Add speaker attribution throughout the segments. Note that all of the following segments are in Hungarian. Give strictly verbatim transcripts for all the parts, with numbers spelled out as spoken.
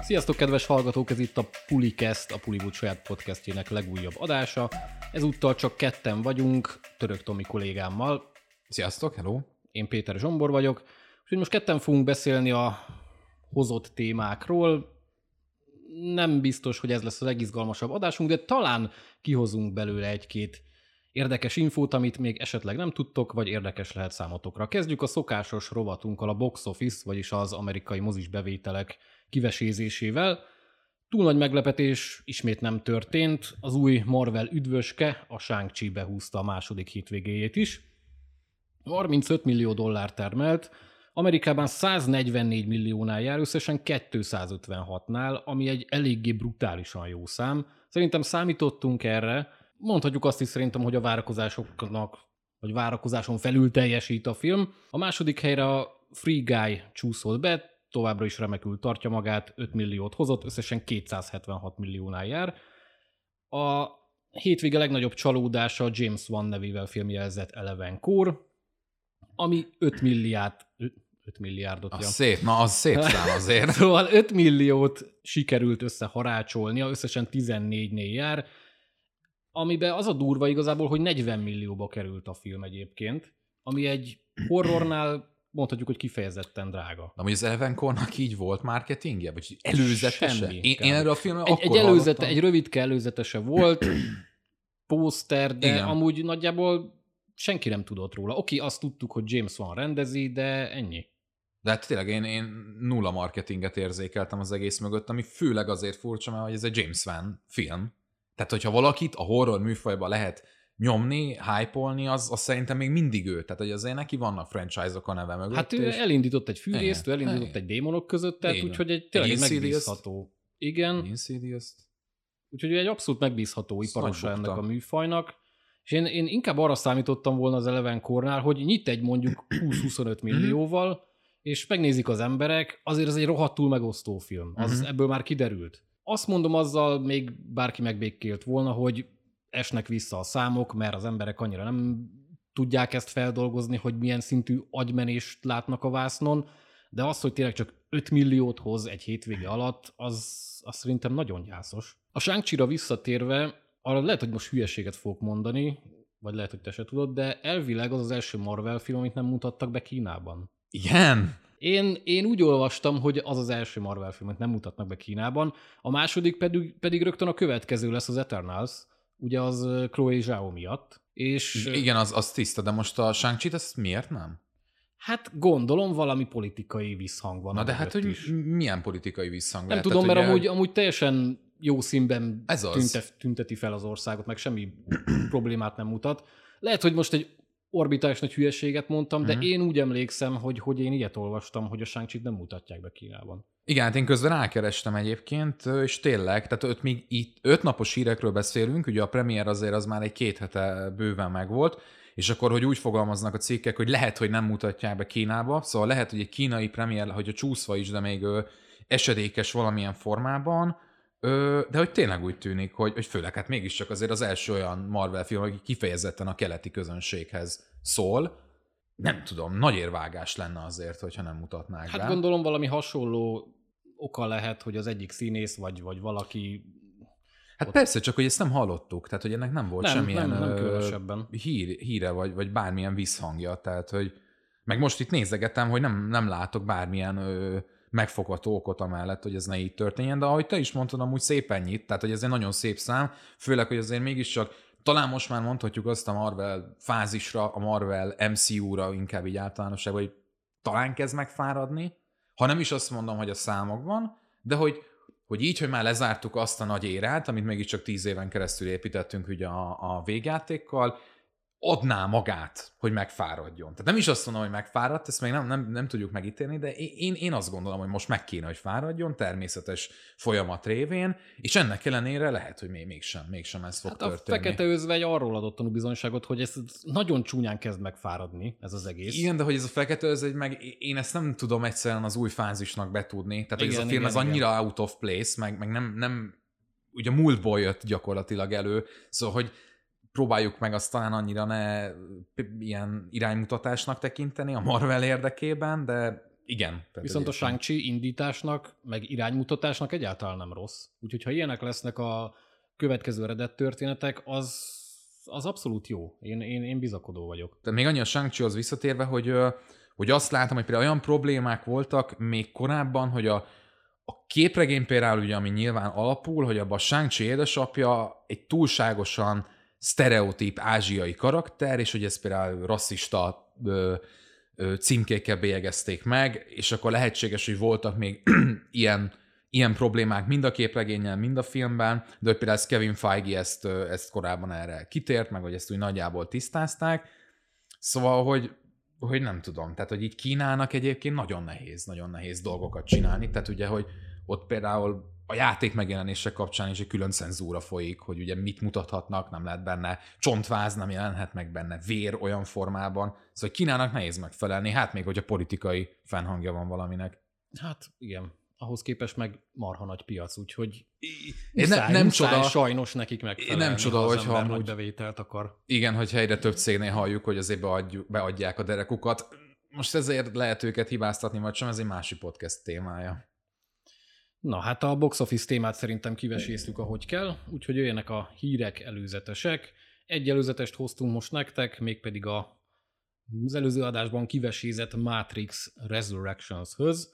Speaker 1: Sziasztok, kedves hallgatók! Ez itt a Pulicast, a Puliwood saját podcastjének legújabb adása. Ezúttal csak ketten vagyunk, Török Tomi kollégámmal.
Speaker 2: Sziasztok, hello!
Speaker 1: Én Péter Zsombor vagyok. Úgyhogy most ketten fogunk beszélni a hozott témákról. Nem biztos, hogy ez lesz a legizgalmasabb adásunk, de talán kihozunk belőle egy-két érdekes infót, amit még esetleg nem tudtok, vagy érdekes lehet számotokra. Kezdjük a szokásos rovatunkkal, a box office, vagyis az amerikai mozis bevételek kivesézésével. Túl nagy meglepetés ismét nem történt, az új Marvel üdvöske, a Shang-Chi behúzta a második hétvégéjét is. harmincöt millió dollár termelt, Amerikában száznegyvennégy milliónál jár, összesen kétszázötvenhatnál, ami egy eléggé brutálisan jó szám. Szerintem számítottunk erre, mondhatjuk azt is szerintem, hogy a várakozásoknak, vagy várakozáson felül teljesít a film. A második helyre a Free Guy csúszott be, továbbra is remekül tartja magát, öt milliót hozott, összesen kétszázhetvenhat milliónál jár. A hétvége legnagyobb csalódása a James Wan nevével filmjelzett Eleven Core, ami öt milliárd, öt milliárdot
Speaker 2: Az
Speaker 1: ja.
Speaker 2: szép, na az szép szám azért.
Speaker 1: Szóval öt milliót sikerült összeharácsolnia, összesen tizennégynél jár, amiben az a durva igazából, hogy negyven millióba került a film egyébként, ami egy horrornál mondhatjuk, hogy kifejezetten drága.
Speaker 2: Na, hogy az Eleven Core-nak így volt marketingje? Vagy előzetese?
Speaker 1: Semmi,
Speaker 2: én, én erről a filmről
Speaker 1: egy,
Speaker 2: akkor
Speaker 1: egy, előzete,
Speaker 2: hallottam.
Speaker 1: egy rövidke előzetese volt, pószter, de
Speaker 2: Igen.
Speaker 1: amúgy nagyjából senki nem tudott róla. Oké, azt tudtuk, hogy James Wan rendezi, de ennyi.
Speaker 2: De hát tényleg én, én nulla marketinget érzékeltem az egész mögött, ami főleg azért furcsa, mert hogy ez egy James Wan film. Tehát, hogyha valakit a horror műfajba lehet nyomni, hype-olni, az, az szerintem még mindig ő. Tehát, hogy azért neki vannak franchise-ok a neve mögött.
Speaker 1: Hát ő
Speaker 2: és...
Speaker 1: elindított egy fűrészt, ő
Speaker 2: Igen.
Speaker 1: elindított
Speaker 2: Igen.
Speaker 1: egy démonok között, tehát
Speaker 2: Igen.
Speaker 1: úgyhogy egy tényleg egy
Speaker 2: Insidious.
Speaker 1: megbízható. Igen,
Speaker 2: Insidious-t.
Speaker 1: úgyhogy ő egy abszolút megbízható
Speaker 2: Azt
Speaker 1: iparosa
Speaker 2: nagybukta.
Speaker 1: ennek a műfajnak. És én, én inkább arra számítottam volna az Eleven Core-nál, hogy nyit egy mondjuk húsz-huszonöt millióval, és megnézik az emberek, azért ez egy rohadtul megosztó film. Az
Speaker 2: Uh-huh.
Speaker 1: ebből már kiderült. Azt mondom, azzal még bárki megbékélt volna, hogy esnek vissza a számok, mert az emberek annyira nem tudják ezt feldolgozni, hogy milyen szintű agymenést látnak a vásznon, de az, hogy tényleg csak öt milliót hoz egy hétvége alatt, az, az szerintem nagyon gyászos. A Shang-Chi-ra visszatérve, arra lehet, hogy most hülyeséget fogok mondani, vagy lehet, hogy te se tudod, de elvileg az az első Marvel film, amit nem mutattak be Kínában.
Speaker 2: Igen?
Speaker 1: Én, én úgy olvastam, hogy az az első Marvel filmet nem mutatnak be Kínában, a második pedig, pedig rögtön a következő lesz az Eternals, ugye az Chloe Zhao miatt. És
Speaker 2: Igen, az, az tiszta, de most a Shang-Chi-t ezt miért nem?
Speaker 1: hát gondolom valami politikai visszhang van.
Speaker 2: Na de hát, hogy
Speaker 1: is.
Speaker 2: milyen politikai visszhang
Speaker 1: Nem
Speaker 2: lehet?
Speaker 1: tudom,
Speaker 2: Tehát,
Speaker 1: mert
Speaker 2: ugye-
Speaker 1: amúgy, amúgy teljesen jó színben
Speaker 2: Ez az.
Speaker 1: tünte, tünteti fel az országot, meg semmi problémát nem mutat. Lehet, hogy most egy orbitális nagy hülyeséget mondtam,
Speaker 2: Mhm.
Speaker 1: de én úgy emlékszem, hogy, hogy én ilyet olvastam, hogy a Shang-Chi-t nem mutatják be Kínában.
Speaker 2: Igen, hát én közben rákerestem egyébként, és tényleg, tehát öt, még itt öt napos hírekről beszélünk, ugye a premier azért az már egy két hete bőven megvolt, és akkor, hogy úgy fogalmaznak a cikkek, hogy lehet, hogy nem mutatják be Kínába, szóval lehet, hogy egy kínai premier, hogy a csúszva is, de még ö, esedékes valamilyen formában, ö, de hogy tényleg úgy tűnik, hogy, hogy főleg hát mégiscsak azért az első olyan Marvel film, aki kifejezetten a keleti közönséghez szól. Nem tudom, nagy érvágás lenne azért, hogyha nem mutatnák
Speaker 1: Hát
Speaker 2: be.
Speaker 1: gondolom valami hasonló oka lehet, hogy az egyik színész, vagy, vagy valaki...
Speaker 2: Hát
Speaker 1: ott-
Speaker 2: persze, csak hogy ezt nem hallottuk, tehát hogy ennek nem volt
Speaker 1: Nem,
Speaker 2: semmilyen
Speaker 1: nem, nem
Speaker 2: ö,
Speaker 1: különösebben.
Speaker 2: hír, híre, vagy, vagy bármilyen visszhangja, tehát hogy meg most itt nézegetem, hogy nem, nem látok bármilyen ö, megfogható okot amellett, hogy ez ne így történjen, de ahogy te is mondtad, amúgy szépen nyit, tehát hogy ez egy nagyon szép szám, főleg, hogy azért mégiscsak talán most már mondhatjuk azt a Marvel fázisra, a Marvel em cé ú-ra inkább így általánosságban, hogy talán kezd megfáradni, ha nem is azt mondom, hogy a számokban, de hogy, hogy így, hogy már lezártuk azt a nagy érát, amit mégiscsak tíz éven keresztül építettünk ugye a, a végjátékkal, adná magát, hogy megfáradjon. Tehát nem is azt mondom, hogy megfáradt, ezt még nem, nem, nem tudjuk megítélni, de én, én azt gondolom, hogy most meg kéne, hogy fáradjon, természetes folyamat révén, és ennek ellenére lehet, hogy még mégsem, mégsem ez fog
Speaker 1: Hát a
Speaker 2: történni.
Speaker 1: Fekete Özvegy arról adott tanúbizonyságot, hogy ez nagyon csúnyán kezd megfáradni, ez az egész.
Speaker 2: Igen, de hogy ez a Fekete Özvegy meg, én ezt nem tudom egyszerűen az új fázisnak betudni. Tehát, hogy
Speaker 1: Igen,
Speaker 2: ez a film
Speaker 1: igen,
Speaker 2: ez annyira
Speaker 1: igen.
Speaker 2: out of place, meg, meg nem, nem, ugye múltból jött gyakorlatilag elő, szóval, hogy próbáljuk meg azt talán annyira ne p- ilyen iránymutatásnak tekinteni a Marvel érdekében, de igen.
Speaker 1: Viszont a Shang-Chi indításnak, meg iránymutatásnak egyáltalán nem rossz. Úgyhogy ha ilyenek lesznek a következő eredet történetek, az, az abszolút jó. Én, én, én bizakodó vagyok.
Speaker 2: Tehát még annyi a Shang-Chi-hoz visszatérve, hogy, hogy azt látom, hogy például olyan problémák voltak még korábban, hogy a, a képregény például, ugye, ami nyilván alapul, hogy abban a Shang-Chi édesapja egy túlságosan sztereotíp ázsiai karakter, és hogy ez például rasszista ö, ö, címkékkel bélyegezték meg, és akkor lehetséges, hogy voltak még ilyen, ilyen problémák mind a képregénnyel, mind a filmben, de hogy például Kevin Feige ezt, ezt korábban erre kitért, meg hogy ezt úgy nagyjából tisztázták. Szóval, hogy, hogy nem tudom, tehát hogy így Kínának egyébként nagyon nehéz, nagyon nehéz dolgokat csinálni, tehát ugye, hogy ott például a játék megjelenések kapcsán is egy külön cenzúra folyik, hogy ugye mit mutathatnak, nem lehet benne csontváz, nem jelenhet meg benne vér olyan formában. Szóval Kínának nehéz megfelelni, hát még hogy a politikai fennhangja van valaminek.
Speaker 1: Hát igen, ahhoz képest meg marha nagy piac, úgyhogy
Speaker 2: muszáj, nem, nem
Speaker 1: muszáj
Speaker 2: csoda,
Speaker 1: sajnos nekik megfelelni,
Speaker 2: nem csoda,
Speaker 1: ha az
Speaker 2: hogyha
Speaker 1: ember
Speaker 2: amúgy,
Speaker 1: nagy bevételt akar.
Speaker 2: Igen, hogyha egyre több cégnél halljuk, hogy azért beadjuk, beadják a derekukat. Most ezért lehet őket hibáztatni, vagy sem, ez egy másik podcast témája.
Speaker 1: Na, hát a box office témát szerintem kiveséztük, ahogy kell, úgyhogy jöjjenek a hírek előzetesek. Egy előzetest hoztunk most nektek, mégpedig a, az előző adásban kivesézett Matrix Resurrections-höz.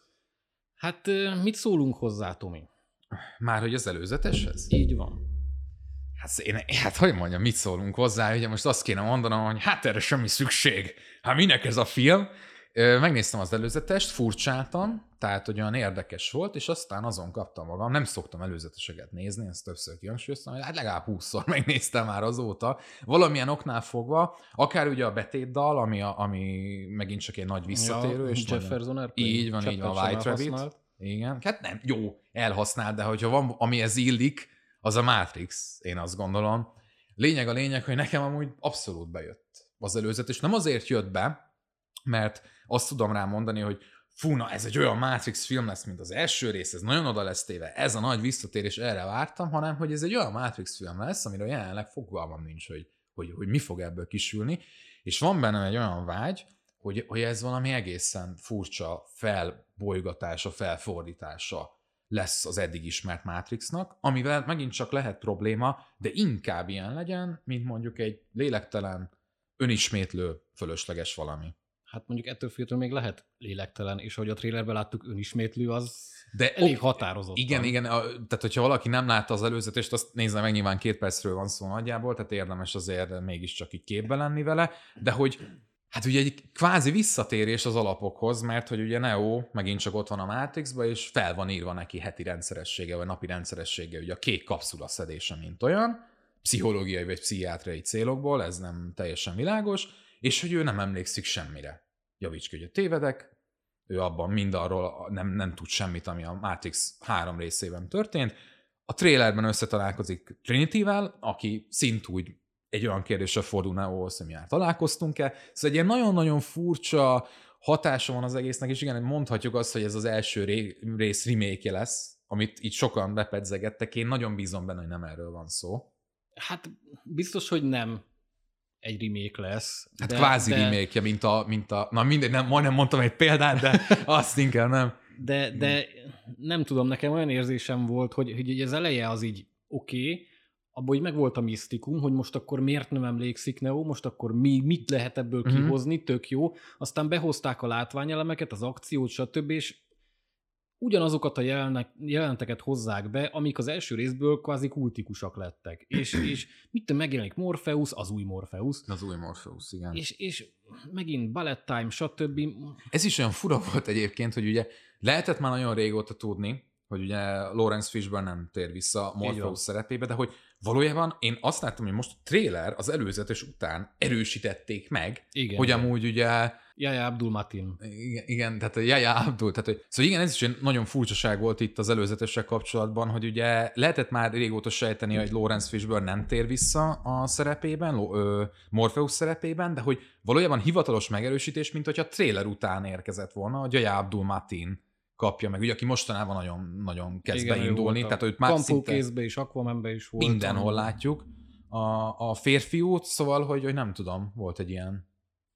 Speaker 1: Hát mit szólunk hozzá, Tomi?
Speaker 2: Már hogy az előzeteshez?
Speaker 1: Így van.
Speaker 2: Hát, én, hát hogy mondjam, mit szólunk hozzá? Ugye most azt kéne mondanom, hogy hát erre semmi szükség. Hát minek ez a film? Megnéztem az előzetest, furcsáltam, tehát hogy olyan érdekes volt, és aztán azon kaptam magam, nem szoktam előzeteseket nézni, ezt többször kihangsúlyoztam, hogy hát legalább húszszor megnéztem már azóta, valamilyen oknál fogva, akár ugye a betétdal, ami, a, ami megint csak egy nagy visszatérő.
Speaker 1: Ja,
Speaker 2: és
Speaker 1: Jefferson Airplane.
Speaker 2: Így van, így van, White Rabbit. Igen, hát nem, jó, elhasznált, de hogyha van, amihez illik, az a Matrix, én azt gondolom. Lényeg a lényeg, hogy nekem amúgy abszolút bejött az előzetes. Nem azért jött be, mert azt tudom rá mondani, hogy fú, na ez egy olyan Matrix film lesz, mint az első rész, ez nagyon oda lesz téve, ez a nagy visszatérés, erre vártam, hanem hogy ez egy olyan Matrix film lesz, amiről jelenleg fogalmam nincs, hogy, hogy, hogy mi fog ebből kisülni, és van bennem egy olyan vágy, hogy, hogy ez valami egészen furcsa felbolygatása, felfordítása lesz az eddig ismert Matrixnak, amivel megint csak lehet probléma, de inkább ilyen legyen, mint mondjuk egy lélektelen, önismétlő, fölösleges valami.
Speaker 1: Hát mondjuk ettől féltől még lehet lélektelen, és ahogy a trailerben láttuk, önismétlő, az
Speaker 2: de
Speaker 1: elég határozott.
Speaker 2: Igen, igen, a, tehát hogyha valaki nem látta az előzetest, azt nézze meg, nyilván két percről van szó nagyjából, tehát érdemes azért mégiscsak így képbe lenni vele, de hogy hát ugye egy kvázi visszatérés az alapokhoz, mert hogy ugye Neo megint csak ott van a Matrixban, és fel van írva neki heti rendszeressége, vagy napi rendszeressége, ugye a kék kapszula szedése, mint olyan, pszichológiai vagy pszichiátriai célokból, ez nem teljesen világos, és hogy ő nem emlékszik semmire. Javíts ki, hogy tévedek, ő abban mindarról nem, nem tud semmit, ami a Matrix három részében történt. A trailerben összetalálkozik Trinityvel, aki szintúgy egy olyan kérdéssel fordul Neohoz, hogy mi már találkoztunk-e. Szóval egy ilyen nagyon-nagyon furcsa hatása van az egésznek, és igen, mondhatjuk azt, hogy ez az első rész remake-je lesz, amit itt sokan bepedzegettek. Én nagyon bízom benne, hogy nem erről van szó.
Speaker 1: Hát biztos, hogy nem egy remake lesz.
Speaker 2: Hát de, kvázi de... remake-je, mint a, mint a... Na mindegy, nem, majdnem mondtam egy példát, de azt inkább nem.
Speaker 1: De, de nem tudom, nekem olyan érzésem volt, hogy, hogy az eleje az így oké, okay, abban így megvolt a misztikum, hogy most akkor miért nem emlékszik Neo, most akkor mi, mit lehet ebből uh-huh. kihozni, tök jó. Aztán behozták a látványelemeket, az akciót, stb., és ugyanazokat a jelenek, jelenteket hozzák be, amik az első részből kvázi kultikusak lettek. És, és mit te megjelenik Morpheus, az új Morpheus.
Speaker 2: Az új Morpheus, igen.
Speaker 1: És, és megint Bullet Time, stb.
Speaker 2: Ez is olyan fura volt egyébként, hogy ugye lehetett már nagyon régóta tudni, hogy ugye Lawrence Fishburne nem tér vissza Morpheus szerepébe, de hogy valójában én azt láttam, hogy most a trailer az előzetes után erősítették meg, igen, hogy amúgy ugye...
Speaker 1: Yahya Abdul-Mateen.
Speaker 2: Igen, igen, tehát a Yahya Abdul, tehát hogy... Szóval igen, ez is egy nagyon furcsaság volt itt az előzetessel kapcsolatban, hogy ugye lehetett már régóta sejteni, hogy Lawrence Fishburne nem tér vissza a szerepében, ö, Morpheus szerepében, de hogy valójában hivatalos megerősítés, mint hogyha a trailer után érkezett volna, hogy Yahya Abdul-Mateen kapja meg, ugye, aki mostanában nagyon, nagyon kezd igen, beindulni. Tehát, hogy már
Speaker 1: Kampókézbe is, Aquamanbe is volt.
Speaker 2: Mindenhol látjuk a, a férfiút, szóval, hogy, hogy nem tudom, volt egy ilyen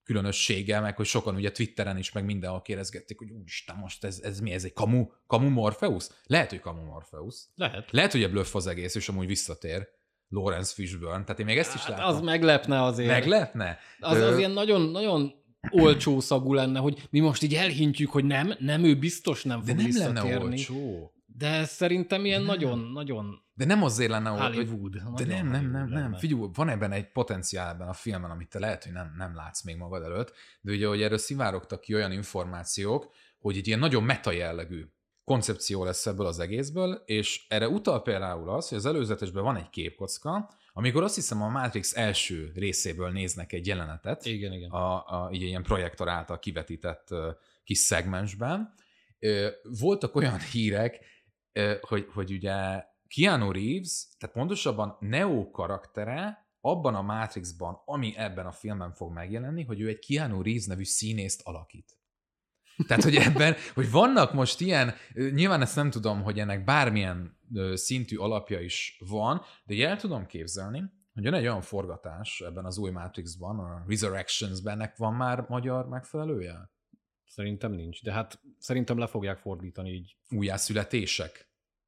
Speaker 2: különössége, meg hogy sokan ugye Twitteren is, meg mindenhol kérdezgették, hogy úristen, most ez, ez mi, ez egy kamu, kamu Morpheus? Lehet, hogy kamu Morpheus.
Speaker 1: Lehet.
Speaker 2: Lehet, hogy a bluff az egész, és amúgy visszatér Lawrence Fishburne. Tehát én még ezt is
Speaker 1: Hát
Speaker 2: látom.
Speaker 1: az meglepne azért.
Speaker 2: Meglepne?
Speaker 1: Az, az ilyen nagyon, nagyon olcsó szagú lenne, hogy mi most így elhintjük, hogy nem, nem, ő biztos nem fog
Speaker 2: De nem
Speaker 1: visszatérni.
Speaker 2: lenne olcsó.
Speaker 1: De szerintem ilyen nagyon-nagyon
Speaker 2: De nem azért lenne
Speaker 1: Hollywood.
Speaker 2: Hogy... De nem, nem, nem, nem. Figyelj, van ebben egy potenciál ebben a filmben, amit te lehet, hogy nem, nem látsz még magad előtt, de ugye, hogy erről szivárogtak ki olyan információk, hogy egy ilyen nagyon meta jellegű koncepció lesz ebből az egészből, és erre utal például az, hogy az előzetesben van egy képkocka, amikor azt hiszem a Matrix első részéből néznek egy jelenetet,
Speaker 1: igen, igen.
Speaker 2: A, a, így ilyen projektor által kivetített uh, kis szegmensben. Uh, voltak olyan hírek, uh, hogy, hogy ugye Keanu Reeves, tehát pontosabban Neo karaktere abban a Matrixban, ami ebben a filmben fog megjelenni, hogy ő egy Keanu Reeves nevű színészt alakít. Tehát, hogy ebben, hogy vannak most ilyen, nyilván ezt nem tudom, hogy ennek bármilyen szintű alapja is van, de el tudom képzelni, hogy jön egy olyan forgatás ebben az új Matrixban, a Resurrectionsben, ennek van már magyar megfelelője?
Speaker 1: Szerintem nincs, de hát szerintem le fogják fordítani így.
Speaker 2: Újjászületések?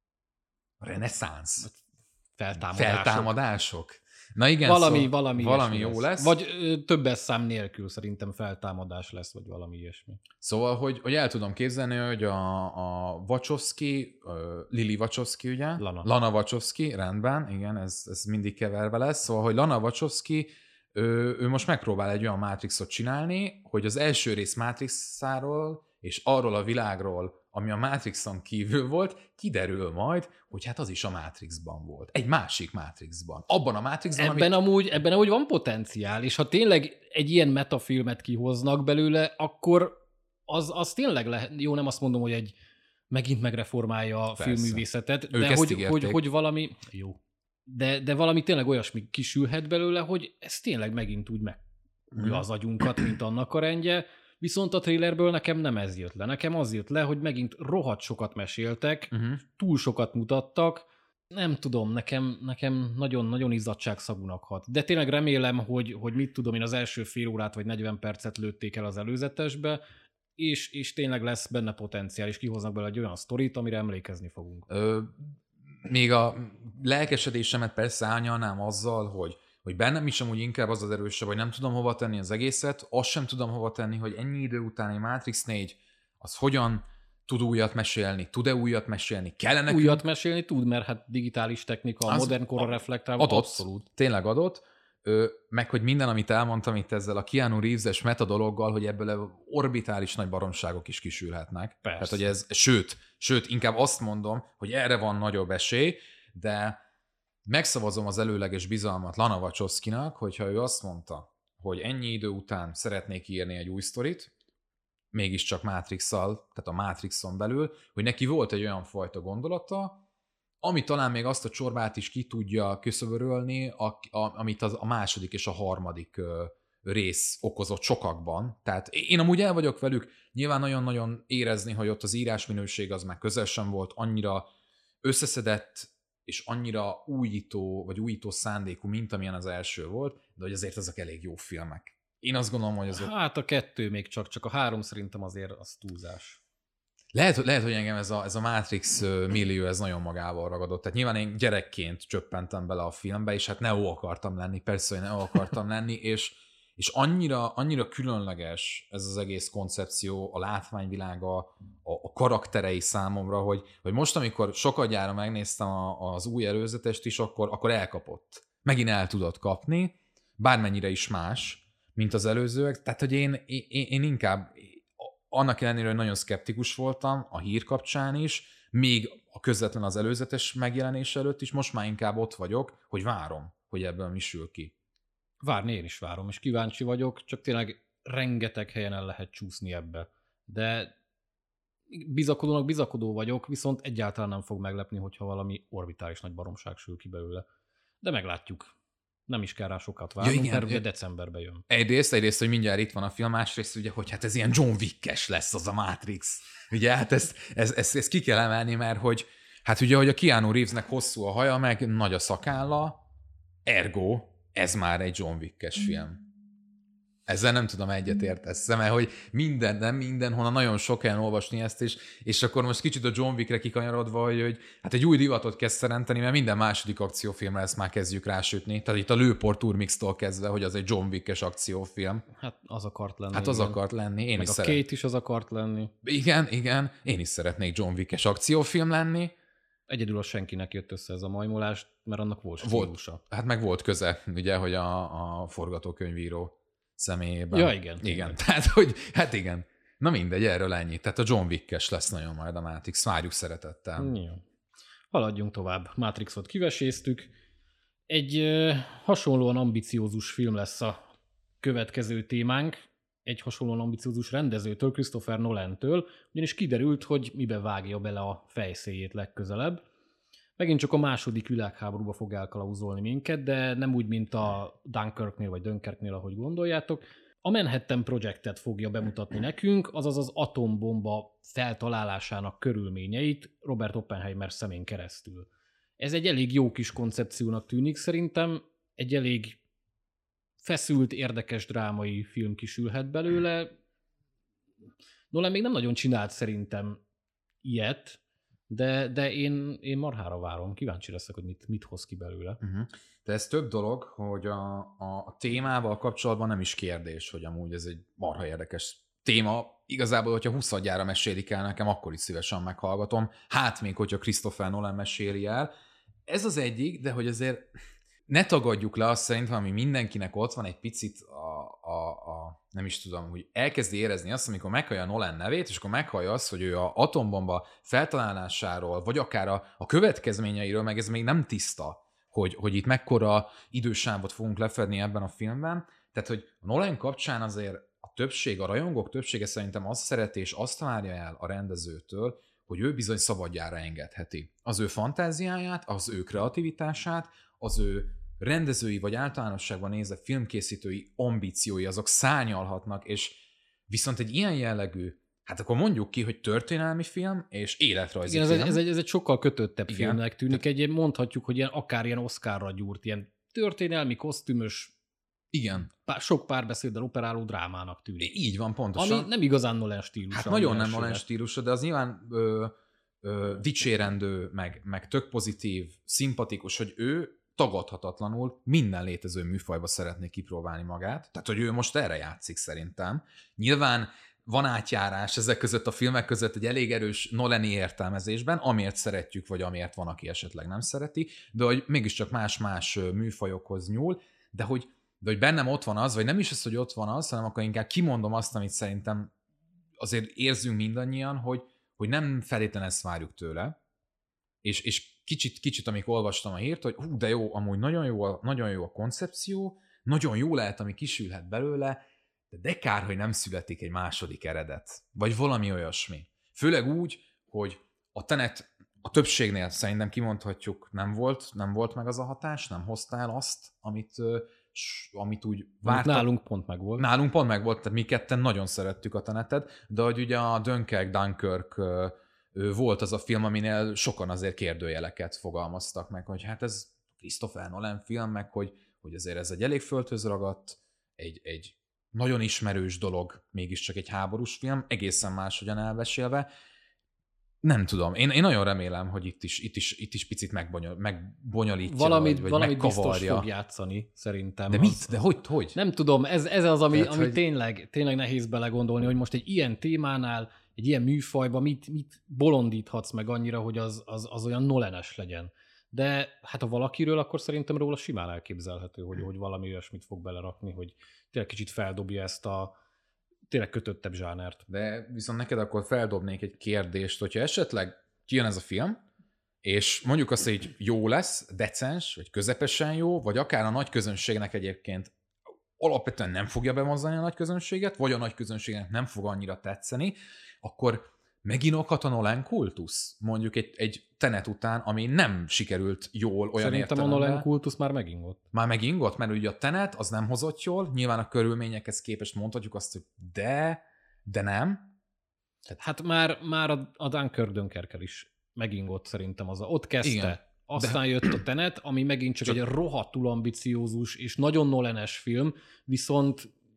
Speaker 2: Reneszánsz?
Speaker 1: Feltámadások.
Speaker 2: Feltámadások? Na igen,
Speaker 1: valami,
Speaker 2: szóval
Speaker 1: valami,
Speaker 2: valami jó lesz.
Speaker 1: lesz. Vagy ö, többes szám nélkül szerintem feltámadás lesz, vagy valami ilyesmi.
Speaker 2: Szóval, hogy, hogy el tudom képzelni, hogy a, a Wachowski, uh, Lily Wachowski, ugye?
Speaker 1: Lana.
Speaker 2: Lana Wachowski, rendben, igen, ez, ez mindig keverve lesz. Szóval, hogy Lana Wachowski, ő, ő most megpróbál egy olyan Matrixot csinálni, hogy az első rész Matrixáról és arról a világról, ami a Matrixon kívül volt, kiderül majd, hogy hát az is a Matrixban volt. Egy másik Matrixban. Abban a Matrixban,
Speaker 1: ebben,
Speaker 2: amit...
Speaker 1: amúgy, ebben amúgy van potenciál, és ha tényleg egy ilyen metafilmet kihoznak belőle, akkor az, az tényleg lehet, jó, nem azt mondom, hogy egy megint megreformálja a
Speaker 2: Persze.
Speaker 1: filmművészetet,
Speaker 2: Ők
Speaker 1: de
Speaker 2: ezt
Speaker 1: hogy,
Speaker 2: ígérték.
Speaker 1: hogy, hogy valami, jó, de, de valami tényleg olyasmi kisülhet belőle, hogy ez tényleg megint úgy meg
Speaker 2: Mhm.
Speaker 1: az agyunkat, mint annak a rendje. Viszont a trailerből nekem nem ez jött le. Nekem az jött le, hogy megint rohadt sokat meséltek,
Speaker 2: Uh-huh.
Speaker 1: túl sokat mutattak. Nem tudom, nekem, nekem nagyon-nagyon izzadságszagúnak hat. De tényleg remélem, hogy, hogy mit tudom én, az első fél órát vagy negyven percet lőtték el az előzetesbe, és, és tényleg lesz benne potenciál, és kihoznak belőle egy olyan sztorit, amire emlékezni fogunk.
Speaker 2: Ö, még a lelkesedésemet persze árnyalnám azzal, hogy hogy bennem is amúgy inkább az az erősebb, hogy nem tudom hova tenni az egészet, azt sem tudom hova tenni, hogy ennyi idő után egy Matrix négy, az hogyan tud újat mesélni, tud-e újat mesélni, kellene...
Speaker 1: Újat mesélni tud, mert hát digitális technika, a modern korra reflektálva
Speaker 2: adott,
Speaker 1: abszolút.
Speaker 2: Tényleg adott, ö, meg hogy minden, amit elmondtam itt ezzel a Keanu Reeves-es metadologgal, hogy ebből orbitális nagy baromságok is kisülhetnek.
Speaker 1: Persze.
Speaker 2: Tehát, hogy ez, sőt, sőt, inkább azt mondom, hogy erre van nagyobb esély, de megszavazom az előleges bizalmat Lana Wachowskinak, hogyha ő azt mondta, hogy ennyi idő után szeretnék írni egy új sztorit, mégiscsak Matrix-szal, tehát a Matrixon belül, hogy neki volt egy olyan fajta gondolata, ami talán még azt a csorbát is ki tudja küszöbörölni, a, a, amit az, a második és a harmadik ö, rész okozott sokakban. Tehát én amúgy el vagyok velük, nyilván nagyon-nagyon érezni, hogy ott az írásminőség az már közel sem volt annyira összeszedett, és annyira újító, vagy újító szándékú, mint amilyen az első volt, de hogy azért ezek elég jó filmek. Én azt gondolom, hogy azok...
Speaker 1: Hát a kettő még csak, csak a három szerintem azért az túlzás.
Speaker 2: Lehet, lehet hogy engem ez a, ez a Matrix millió, ez nagyon magával ragadott. Tehát nyilván én gyerekként csöppentem bele a filmbe, és hát Neo akartam lenni, persze, hogy Neo akartam lenni, és, és annyira, annyira különleges ez az egész koncepció, a látványvilága, a, a karakterei számomra, hogy, hogy most, amikor sokadjára megnéztem a, az új előzetest is, akkor, akkor elkapott. Megint el tudott kapni, bármennyire is más, mint az előzőek. Tehát, hogy én, én, én inkább annak ellenére, hogy nagyon szkeptikus voltam a hír kapcsán is, még a közvetlen az előzetes megjelenés előtt is, most már inkább ott vagyok, hogy várom, hogy ebből mi sül ki.
Speaker 1: Várni én is várom, és kíváncsi vagyok, csak tényleg rengeteg helyen el lehet csúszni ebbe. De bizakodónak bizakodó vagyok, viszont egyáltalán nem fog meglepni, hogyha valami orbitális nagy baromság sül ki belőle. De meglátjuk. Nem is kell rá sokat várnunk, ja, mert ugye decemberben jön.
Speaker 2: Egyrészt, egyrészt, hogy mindjárt itt van a film, másrészt ugye, hogy hát ez ilyen John Wick-es lesz az a Matrix. Ugye, hát ezt, ezt, ezt, ezt ki kell emelni, mert hogy hát ugye, hogy a Keanu Reevesnek hosszú a haja, meg nagy a szakálla, ergo ez már egy John Wick-es film. Ezzel nem tudom egyetértesz, mert hogy minden, nem mindenhonnan nagyon sok helyen olvasni ezt is, és akkor most kicsit a John Wickre kikanyarodva, hogy, hogy hát egy új divatot kezd teremteni, mert minden második akciófilmre ezt már kezdjük rásütni. Tehát itt a Lőport Turmix-tól kezdve, hogy az egy John Wick-es akciófilm.
Speaker 1: Hát az akart lenni.
Speaker 2: Hát az
Speaker 1: igen.
Speaker 2: akart lenni. Én
Speaker 1: Meg
Speaker 2: is
Speaker 1: a
Speaker 2: szeret...
Speaker 1: Kate is az akart lenni.
Speaker 2: Igen, igen. Én is szeretnék John Wick-es akciófilm lenni.
Speaker 1: Egyedül az senkinek jött össze ez a majmolás, mert annak volt stílusa.
Speaker 2: Volt, hát meg volt köze, ugye, hogy a, a forgatókönyvíró személyében.
Speaker 1: Ja, igen.
Speaker 2: Igen, tehát, hogy, hát igen. Na mindegy, erről ennyi. Tehát a John Wick-es lesz nagyon majd a Matrix. Várjuk szeretettel.
Speaker 1: Jó. Haladjunk tovább. Matrixot kiveséztük. Egy ö, hasonlóan ambiciózus film lesz a következő témánk. Egy hasonlóan ambiciózus rendezőtől, Christopher Nolantől, ugyanis kiderült, hogy mibe vágja bele a fejszéjét legközelebb. Megint csak a második világháborúba fog elkalauzolni minket, de nem úgy, mint a Dunkirknél vagy Dunkerknél, ahogy gondoljátok. A Manhattan Projectet fogja bemutatni nekünk, azaz az atombomba feltalálásának körülményeit Robert Oppenheimer szemén keresztül. Ez egy elég jó kis koncepciónak tűnik szerintem, egy elég feszült, érdekes drámai film kisülhet belőle. Nolan még nem nagyon csinált szerintem ilyet, de, de én, én marhára várom. Kíváncsi leszek, hogy mit, mit hoz ki belőle.
Speaker 2: Uh-huh. De ez több dolog, hogy a, a, a témával kapcsolatban nem is kérdés, hogy amúgy ez egy marha érdekes téma. Igazából, hogyha huszadjára mesélik el nekem, akkor is szívesen meghallgatom. Hát még, hogyha Christopher Nolan meséli el. Ez az egyik, de hogy azért ne tagadjuk le azt szerintem, ami mindenkinek ott van egy picit a, a, a nem is tudom, hogy elkezdi érezni azt, amikor meghallja a Nolan nevét, és akkor meghallja azt, hogy ő a atombomba feltalálásáról, vagy akár a, a következményeiről, meg ez még nem tiszta, hogy, hogy itt mekkora idősávot fogunk lefedni ebben a filmben. Tehát, hogy a Nolan kapcsán azért a többség, a rajongók többsége szerintem azt szereti, és azt várja el a rendezőtől, hogy ő bizony szabadjára engedheti az ő fantáziáját, az ő kreativitását, az ő rendezői vagy általánosságban nézve filmkészítői ambíciói, azok szárnyalhatnak, és viszont egy ilyen jellegű, hát akkor mondjuk ki, hogy történelmi film és életrajzi
Speaker 1: Igen,
Speaker 2: film.
Speaker 1: Ez egy, ez, egy, ez egy sokkal kötöttebb
Speaker 2: Igen.
Speaker 1: filmnek tűnik. Egy, mondhatjuk, hogy ilyen, akár ilyen Oscarra gyúrt, ilyen történelmi, kosztümös,
Speaker 2: Igen.
Speaker 1: Pár, sok párbeszéddel operáló drámának tűnik.
Speaker 2: Így van, pontosan.
Speaker 1: Ami nem igazán Nolan stílusa.
Speaker 2: Hát nagyon nem Nolan stílusa, de az nyilván ö, ö, dicsérendő, meg, meg tök pozitív, szimpatikus, hogy ő tagadhatatlanul minden létező műfajba szeretné kipróbálni magát. Tehát, hogy ő most erre játszik szerintem. Nyilván van átjárás ezek között a filmek között egy elég erős Nolani értelmezésben, amiért szeretjük, vagy amiért van, aki esetleg nem szereti, de hogy mégiscsak más-más műfajokhoz nyúl, de hogy, de hogy bennem ott van az, vagy nem is az, hogy ott van az, hanem akkor inkább kimondom azt, amit szerintem azért érzünk mindannyian, hogy, hogy nem feltétlenül ezt várjuk tőle, és, és kicsit, kicsit, amikor olvastam a hírt, hogy hú, de jó, amúgy nagyon jó, a, nagyon jó a koncepció, nagyon jó lehet, ami kisülhet belőle, de de kár, hogy nem születik egy második eredet, vagy valami olyasmi. Főleg úgy, hogy a Tenet a többségnél szerintem kimondhatjuk, nem volt, nem volt meg az a hatás, nem hozta el azt, amit, amit úgy vártak.
Speaker 1: Nálunk pont meg volt.
Speaker 2: Nálunk pont meg volt, tehát mi ketten nagyon szerettük a Tenetet, de hogy ugye a Dunkirk, Dunkirk volt az a film, aminél sokan azért kérdőjeleket fogalmaztak meg, hogy hát ez Christopher Nolan film, meg hogy, hogy azért ez egy elég földhöz ragadt, egy, egy nagyon ismerős dolog, mégiscsak egy háborús film, egészen máshogyan elbesélve. Nem tudom, én, én nagyon remélem, hogy itt is, itt is, itt is picit megbonyol, megbonyolítja,
Speaker 1: valamit,
Speaker 2: vagy, vagy
Speaker 1: valamit
Speaker 2: megkavarja.
Speaker 1: biztos fog játszani, szerintem.
Speaker 2: De
Speaker 1: az,
Speaker 2: mit? De hogy? hogy?
Speaker 1: Nem tudom, ez, ez az, ami,
Speaker 2: Tehát,
Speaker 1: ami
Speaker 2: hogy...
Speaker 1: tényleg, tényleg nehéz belegondolni, hogy most egy ilyen témánál, egy ilyen műfajban mit, mit bolondíthatsz meg annyira, hogy az, az, az olyan Nolanes legyen. De hát ha valakiről, akkor szerintem róla simán elképzelhető, hogy, hogy valami olyasmit fog belerakni, hogy tényleg kicsit feldobja ezt a tényleg kötöttebb zsánert.
Speaker 2: De viszont neked akkor feldobnék egy kérdést, hogyha esetleg kijön ez a film, és mondjuk azt, hogy jó lesz, decens, vagy közepesen jó, vagy akár a nagy közönségnek egyébként alapvetően nem fogja bevonzani a nagy közönséget, vagy a nagy közönségnek nem fog annyira tetszeni, akkor meginokhat a Nolan kultusz, mondjuk egy, egy Tenet után, ami nem sikerült jól olyan
Speaker 1: Szerintem
Speaker 2: értelemben.
Speaker 1: a Nolan kultusz már megingott.
Speaker 2: Már megingott, mert ugye a Tenet az nem hozott jól, nyilván a körülményekhez képest mondhatjuk azt, hogy de, de nem.
Speaker 1: Hát már, már a, a Dunkirk Dunkerkel is megingott szerintem az a, ott kezdte. Igen. Aztán de... jött a Tenet, ami megint csak, csak egy rohadtul ambiciózus és nagyon Nolanes film, viszont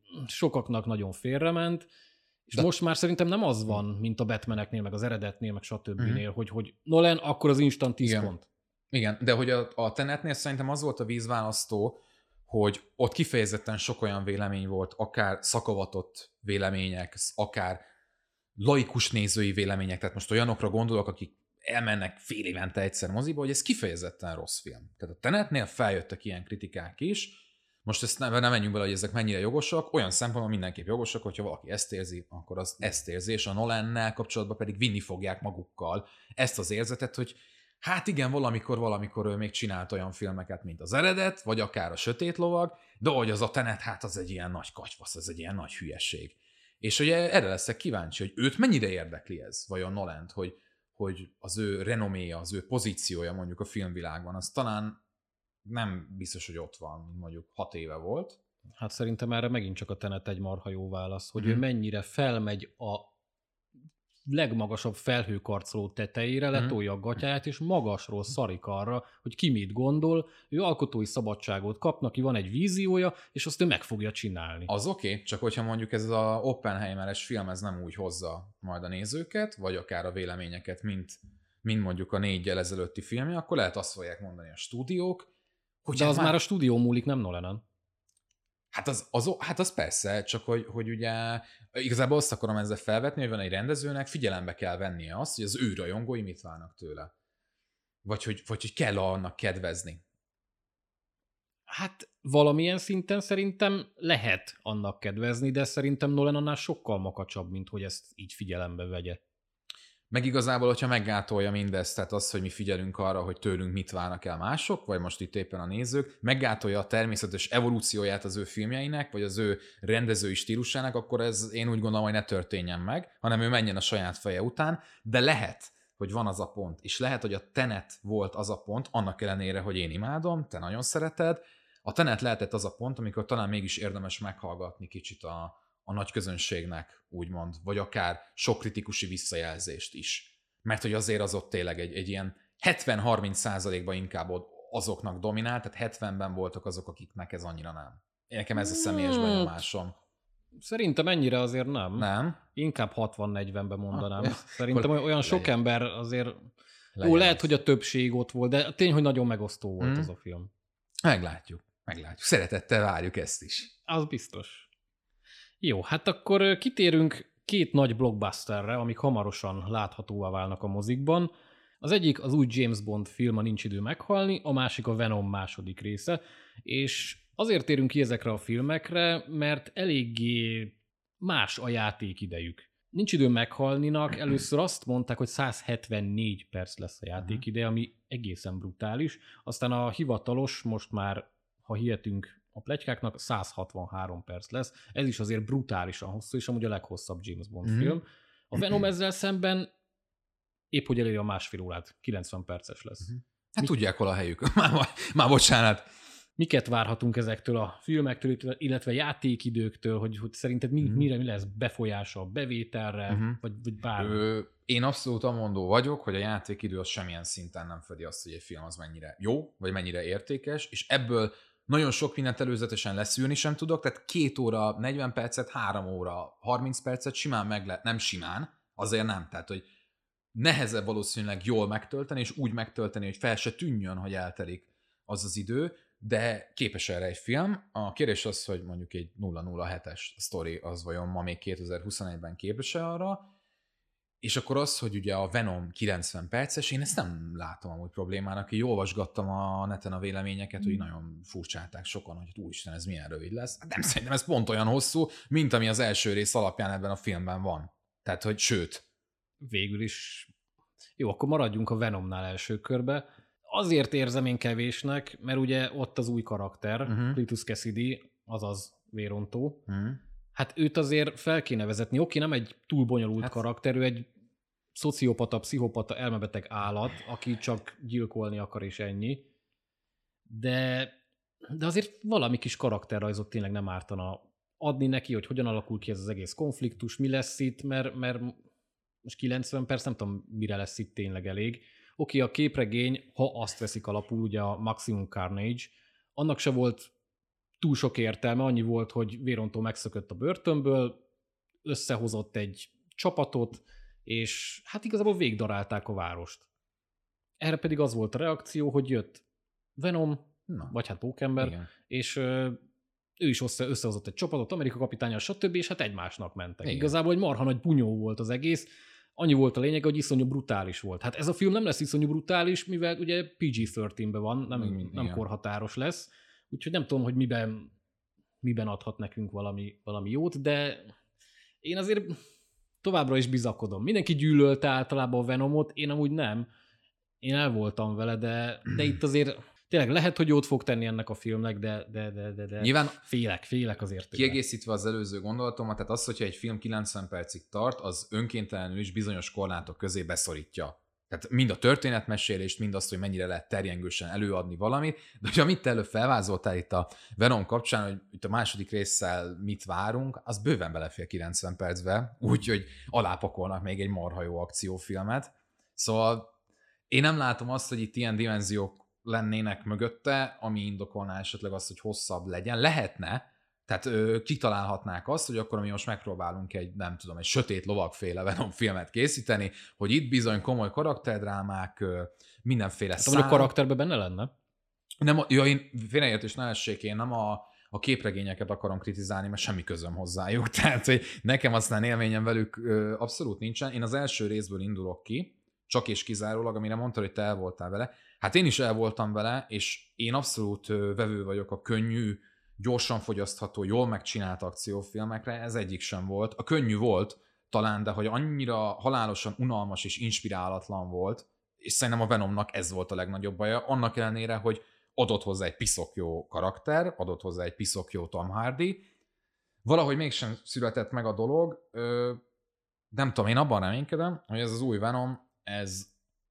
Speaker 1: sokaknak nagyon félrement, és de... most már szerintem nem az van, mint a Batmaneknél, meg az eredetnél, meg stb. Uh-huh. hogy, hogy Nolan, akkor az instant tíz
Speaker 2: Igen.
Speaker 1: pont.
Speaker 2: Igen, de hogy a, a Tenetnél szerintem az volt a vízválasztó, hogy ott kifejezetten sok olyan vélemény volt, akár szakavatott vélemények, akár laikus nézői vélemények, tehát most olyanokra gondolok, akik elmennek fél évente egyszer moziba, hogy ez kifejezetten rossz film. Tehát a Tenetnél feljöttek ilyen kritikák is, most ezt nem, nem menjünk bele, hogy ezek mennyire jogosak, olyan szempontból mindenképp jogosak, hogyha valaki ezt érzi, akkor az ezt érzi, és a Nolannel kapcsolatban pedig vinni fogják magukkal ezt az érzetet, hogy hát igen, valamikor, valamikor ő még csinált olyan filmeket, mint az eredet, vagy akár a Sötét Lovag, de hogy az a Tenet, hát az egy ilyen nagy katyvasz, ez egy ilyen nagy hülyeség. És ugye erre leszek kíváncsi, hogy őt mennyire érdekli ez, vajon Nolant, hogy, hogy az ő renoméja, az ő pozíciója mondjuk a filmvilágban, az talán nem biztos, hogy ott van, mint mondjuk hat éve volt.
Speaker 1: Hát szerintem erre megint csak a Tenet egy marha jó válasz, hogy hmm. ő mennyire felmegy a legmagasabb felhőkarcoló tetejére, letolja a gatyáját, és magasról szarik arra, hogy ki mit gondol, ő alkotói szabadságot kap, neki van egy víziója, és azt ő meg fogja csinálni.
Speaker 2: Az oké, okay, csak hogyha mondjuk ez az Oppenheimer-es film ez nem úgy hozza majd a nézőket, vagy akár a véleményeket, mint, mint mondjuk a négyel ezelőtti filmje, akkor lehet azt fogják mondani a stúdiók, hogy
Speaker 1: de az már... már a stúdió múlik, nem Nolanen.
Speaker 2: Hát az, az, hát az persze, csak hogy, hogy ugye igazából azt akarom ezzel felvetni, hogy van egy rendezőnek, figyelembe kell vennie azt, hogy az ő rajongói mit várnak tőle. Vagy hogy, vagy hogy kell annak kedvezni.
Speaker 1: Hát valamilyen szinten szerintem lehet annak kedvezni, de szerintem Nolan annál sokkal makacsabb, mint hogy ezt így figyelembe vegye.
Speaker 2: Meg igazából, hogyha meggátolja mindezt, tehát az, hogy mi figyelünk arra, hogy tőlünk mit várnak el mások, vagy most itt éppen a nézők, meggátolja a természetes evolúcióját az ő filmjeinek, vagy az ő rendezői stílusának, akkor ez én úgy gondolom, hogy ne történjen meg, hanem ő menjen a saját feje után, de lehet, hogy van az a pont, és lehet, hogy a Tenet volt az a pont, annak ellenére, hogy én imádom, te nagyon szereted, a Tenet lehetett az a pont, amikor talán mégis érdemes meghallgatni kicsit a a nagy közönségnek, úgymond, vagy akár sok kritikusi visszajelzést is. Mert hogy azért az ott tényleg egy, egy ilyen hetven-harminc százalékban inkább azoknak dominált, tehát hetvenben voltak azok, akiknek ez annyira nem. Nekem ez a személyes benyomásom.
Speaker 1: Szerintem ennyire azért nem.
Speaker 2: Nem?
Speaker 1: Inkább hatvan-negyvenben mondanám. Ah, Szerintem olyan legyen. Sok ember azért...
Speaker 2: Legyen.
Speaker 1: Jó, lehet, hogy a többség ott volt, de tény, hogy nagyon megosztó volt hmm. az a film.
Speaker 2: Meglátjuk. Meglátjuk. Szeretettel várjuk ezt is.
Speaker 1: Az biztos. Jó, hát akkor kitérünk két nagy blockbusterre, amik hamarosan láthatóvá válnak a mozikban. Az egyik az új James Bond film, a Nincs idő meghalni, a másik a Venom második része, és azért térünk ki ezekre a filmekre, mert eléggé más a játékidejük. Nincs idő meghalninak, először azt mondták, hogy száz hetvennégy perc lesz a játékide, ami egészen brutális, aztán a hivatalos, most már, ha hihetünk a pletykáknak, száz hatvanhárom perc lesz. Ez is azért brutálisan hosszú, és amúgy a leghosszabb James Bond mm-hmm. film. A Venom ezzel szemben épp hogy eléri a másfél órát, kilencven perces lesz.
Speaker 2: Mm-hmm. Hát Mi... tudják, hol a helyük. Már, már bocsánat.
Speaker 1: Miket várhatunk ezektől a filmektől, illetve játékidőktől, hogy, hogy szerinted mi, mm-hmm. mire mi lesz befolyása a bevételre, mm-hmm. vagy, vagy bármi?
Speaker 2: Ö, én abszolút amondó vagyok, hogy a játékidő az semmilyen szinten nem fedi azt, hogy egy film az mennyire jó, vagy mennyire értékes, és ebből nagyon sok mindent előzetesen leszűrni sem tudok, tehát két óra, negyven percet, három óra, harminc percet simán meg lehet, nem simán, azért nem, tehát hogy nehezebb valószínűleg jól megtölteni, és úgy megtölteni, hogy fel se tűnjön, hogy eltelik az az idő, de képes erre egy film. A kérdés az, hogy mondjuk egy nulla nulla hetes sztori az vajon ma még kétezer-huszonegyben képes-e arra, és akkor az, hogy ugye a Venom kilencven perces, én ezt nem látom amúgy problémának. Így olvasgattam a neten a véleményeket, hogy nagyon furcsálták sokan, hogy úristen, ez milyen rövid lesz. Hát nem, szerintem ez pont olyan hosszú, mint ami az első rész alapján ebben a filmben van. Tehát, hogy sőt.
Speaker 1: Végül is. Jó, akkor maradjunk a Venomnál első körbe. Azért érzem én kevésnek, mert ugye ott az új karakter, uh-huh. Cletus Cassidy, azaz vérontó. Uh-huh. Hát őt azért fel kéne vezetni. Oké, nem egy túl bonyolult hát... karakter, ő egy szociopata, pszichopata, elmebeteg állat, aki csak gyilkolni akar, és ennyi. De, de azért valami kis karakterrajzot tényleg nem ártana adni neki, hogy hogyan alakul ki ez az egész konfliktus, mi lesz itt, mert, mert most kilencven perc, nem tudom, mire lesz itt tényleg elég. Oké, a képregény, ha azt veszik alapul, ugye a Maximum Carnage, annak se volt túl sok értelme, annyi volt, hogy Vérontó megszökött a börtönből, összehozott egy csapatot, és hát igazából végigdarálták a várost. Erre pedig az volt a reakció, hogy jött Venom, Na. vagy hát Pókember, Igen. és ö, ő is össze, összehozott egy csapatot, Amerika kapitánya, stb., és hát egymásnak mentek. Igen. Igazából egy marha nagy bunyó volt az egész, annyi volt a lényeg, hogy iszonyú brutális volt. Hát ez a film nem lesz iszonyú brutális, mivel ugye pé gé tizenhárom-ben van, nem, mm, nem korhatáros lesz, úgyhogy nem tudom, hogy miben, miben adhat nekünk valami, valami jót, de én azért továbbra is bizakodom. Mindenki gyűlölte általában a Venomot, én amúgy nem. Én el voltam vele, de, de itt azért tényleg lehet, hogy jót fog tenni ennek a filmnek, de, de, de, de, de
Speaker 2: Nyilván
Speaker 1: félek, félek azért.
Speaker 2: Kiegészítve az előző gondolatomat, tehát az, hogyha egy film kilencven percig tart, az önkéntelenül is bizonyos korlátok közé beszorítja. Tehát mind a történetmesélést, mind azt, hogy mennyire lehet terjengősen előadni valamit, de hogyha mit te előbb felvázoltál itt a Venom kapcsán, hogy itt a második résszel mit várunk, az bőven belefér kilencven percbe, úgyhogy alápakolnak még egy marha jó akciófilmet. Szóval én nem látom azt, hogy itt ilyen dimenziók lennének mögötte, ami indokolná esetleg azt, hogy hosszabb legyen. Lehetne, tehát ö, kitalálhatnák azt, hogy akkor mi most megpróbálunk egy, nem tudom, egy sötét lovagféle Venom filmet készíteni, hogy itt bizony komoly karakterdrámák, ö, mindenféle
Speaker 1: hát, szál. A karakterben benne lenne?
Speaker 2: Nem, ja, én félreértés ne essék, én nem a, a képregényeket akarom kritizálni, mert semmi közöm hozzájuk. Tehát, hogy nekem aztán élményem velük ö, abszolút nincsen. Én az első részből indulok ki, csak és kizárólag, amire mondtad, hogy te el voltál vele. Hát én is el voltam vele, és én abszolút vevő vagyok a könnyű, gyorsan fogyasztható, jól megcsinált akciófilmekre, ez egyik sem volt. A könnyű volt talán, de hogy annyira halálosan unalmas és inspirálatlan volt, és szerintem a Venomnak ez volt a legnagyobb baja, annak ellenére, hogy adott hozzá egy piszok jó karakter, adott hozzá egy piszok jó Tom Hardy, valahogy mégsem született meg a dolog, Ö, nem tudom, én abban reménykedem, hogy ez az új Venom, ez,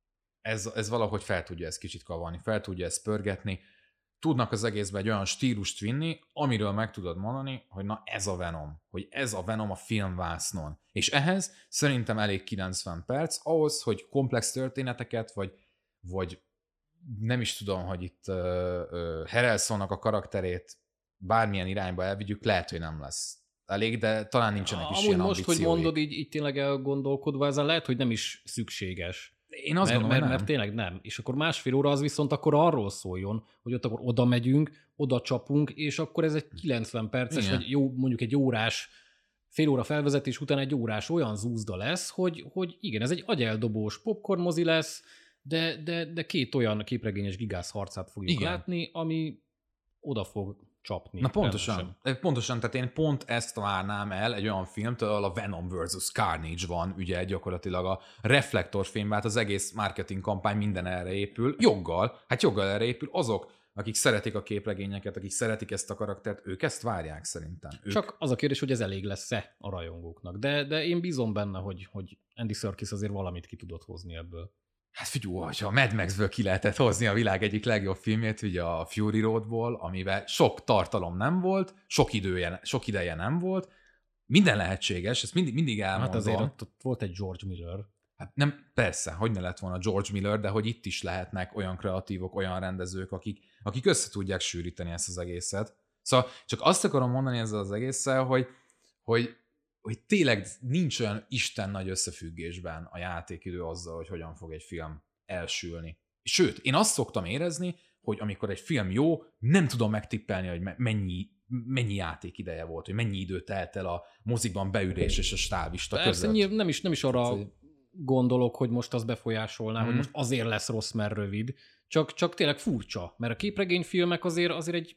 Speaker 2: ez, ez valahogy fel tudja ezt kicsit kavarni, fel tudja ezt pörgetni, tudnak az egészben egy olyan stílust vinni, amiről meg tudod mondani, hogy na ez a Venom, hogy ez a Venom a filmvásznon. És ehhez szerintem elég kilencven perc, ahhoz, hogy komplex történeteket, vagy, vagy nem is tudom, hogy itt uh, uh, Harrelsonnak a karakterét bármilyen irányba elvigyük, lehet, hogy nem lesz elég, de talán nincsenek is
Speaker 1: amúgy
Speaker 2: ilyen
Speaker 1: most,
Speaker 2: ambícióik.
Speaker 1: hogy mondod, így, így tényleg elgondolkodva, ezen lehet, hogy nem is szükséges.
Speaker 2: Én azt
Speaker 1: mert,
Speaker 2: gondolom,
Speaker 1: mert,
Speaker 2: nem.
Speaker 1: mert tényleg nem. És akkor másfél óra az viszont akkor arról szóljon, hogy ott akkor oda megyünk, oda csapunk, és akkor ez egy kilencven perces, Igen. vagy jó, mondjuk egy órás, fél óra felvezetés után egy órás olyan zúzda lesz, hogy, hogy igen, ez egy agyeldobós popcorn mozi lesz, de, de, de két olyan képregényes gigász harcát fogjuk igen. látni, ami oda fog csapni.
Speaker 2: Na pontosan, rendesen. pontosan, tehát én pont ezt várnám el egy olyan filmtől, ahol a Venom versus. Carnage van, ugye gyakorlatilag a reflektorfilm, hát az egész marketing kampány minden erre épül, joggal, hát joggal erre épül, azok, akik szeretik a képregényeket, akik szeretik ezt a karaktert, ők ezt várják szerintem. Ők...
Speaker 1: Csak az a kérdés, hogy ez elég lesz-e a rajongóknak, de, de én bízom benne, hogy, hogy Andy Serkis azért valamit ki tudott hozni ebből.
Speaker 2: Hát figyelj, hogyha a Mad Max-ből ki lehetett hozni a világ egyik legjobb filmjét, ugye a Fury Roadból, amivel sok tartalom nem volt, sok, idője, sok ideje nem volt, minden lehetséges, ezt mindig, mindig elmondom.
Speaker 1: Hát azért ott, ott volt egy George Miller.
Speaker 2: Hát nem, persze, hogy ne lett volna George Miller, de hogy itt is lehetnek olyan kreatívok, olyan rendezők, akik, akik össze tudják sűríteni ezt az egészet. Szóval csak azt akarom mondani ezzel az egésszel, hogy, hogy hogy tényleg nincs olyan isten nagy összefüggésben a játékidő azzal, hogy hogyan fog egy film elsülni. Sőt, én azt szoktam érezni, hogy amikor egy film jó, nem tudom megtippelni, hogy mennyi, mennyi játékideje volt, hogy mennyi idő telt el a mozikban beülés és a stábista
Speaker 1: Persze,
Speaker 2: között.
Speaker 1: Nem is, nem is arra hát, gondolok, hogy most az befolyásolná, hmm. hogy most azért lesz rossz, mert rövid. Csak, csak tényleg furcsa, mert a képregényfilmek azért, azért egy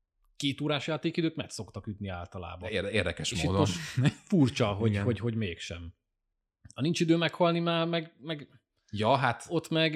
Speaker 1: két órás játékidőt meg szoktak ütni általában.
Speaker 2: Érdekes
Speaker 1: és
Speaker 2: módon.
Speaker 1: Furcsa, hogy, hogy, hogy mégsem. Ha nincs idő meghalni már, meg, meg
Speaker 2: ja, hát
Speaker 1: ott meg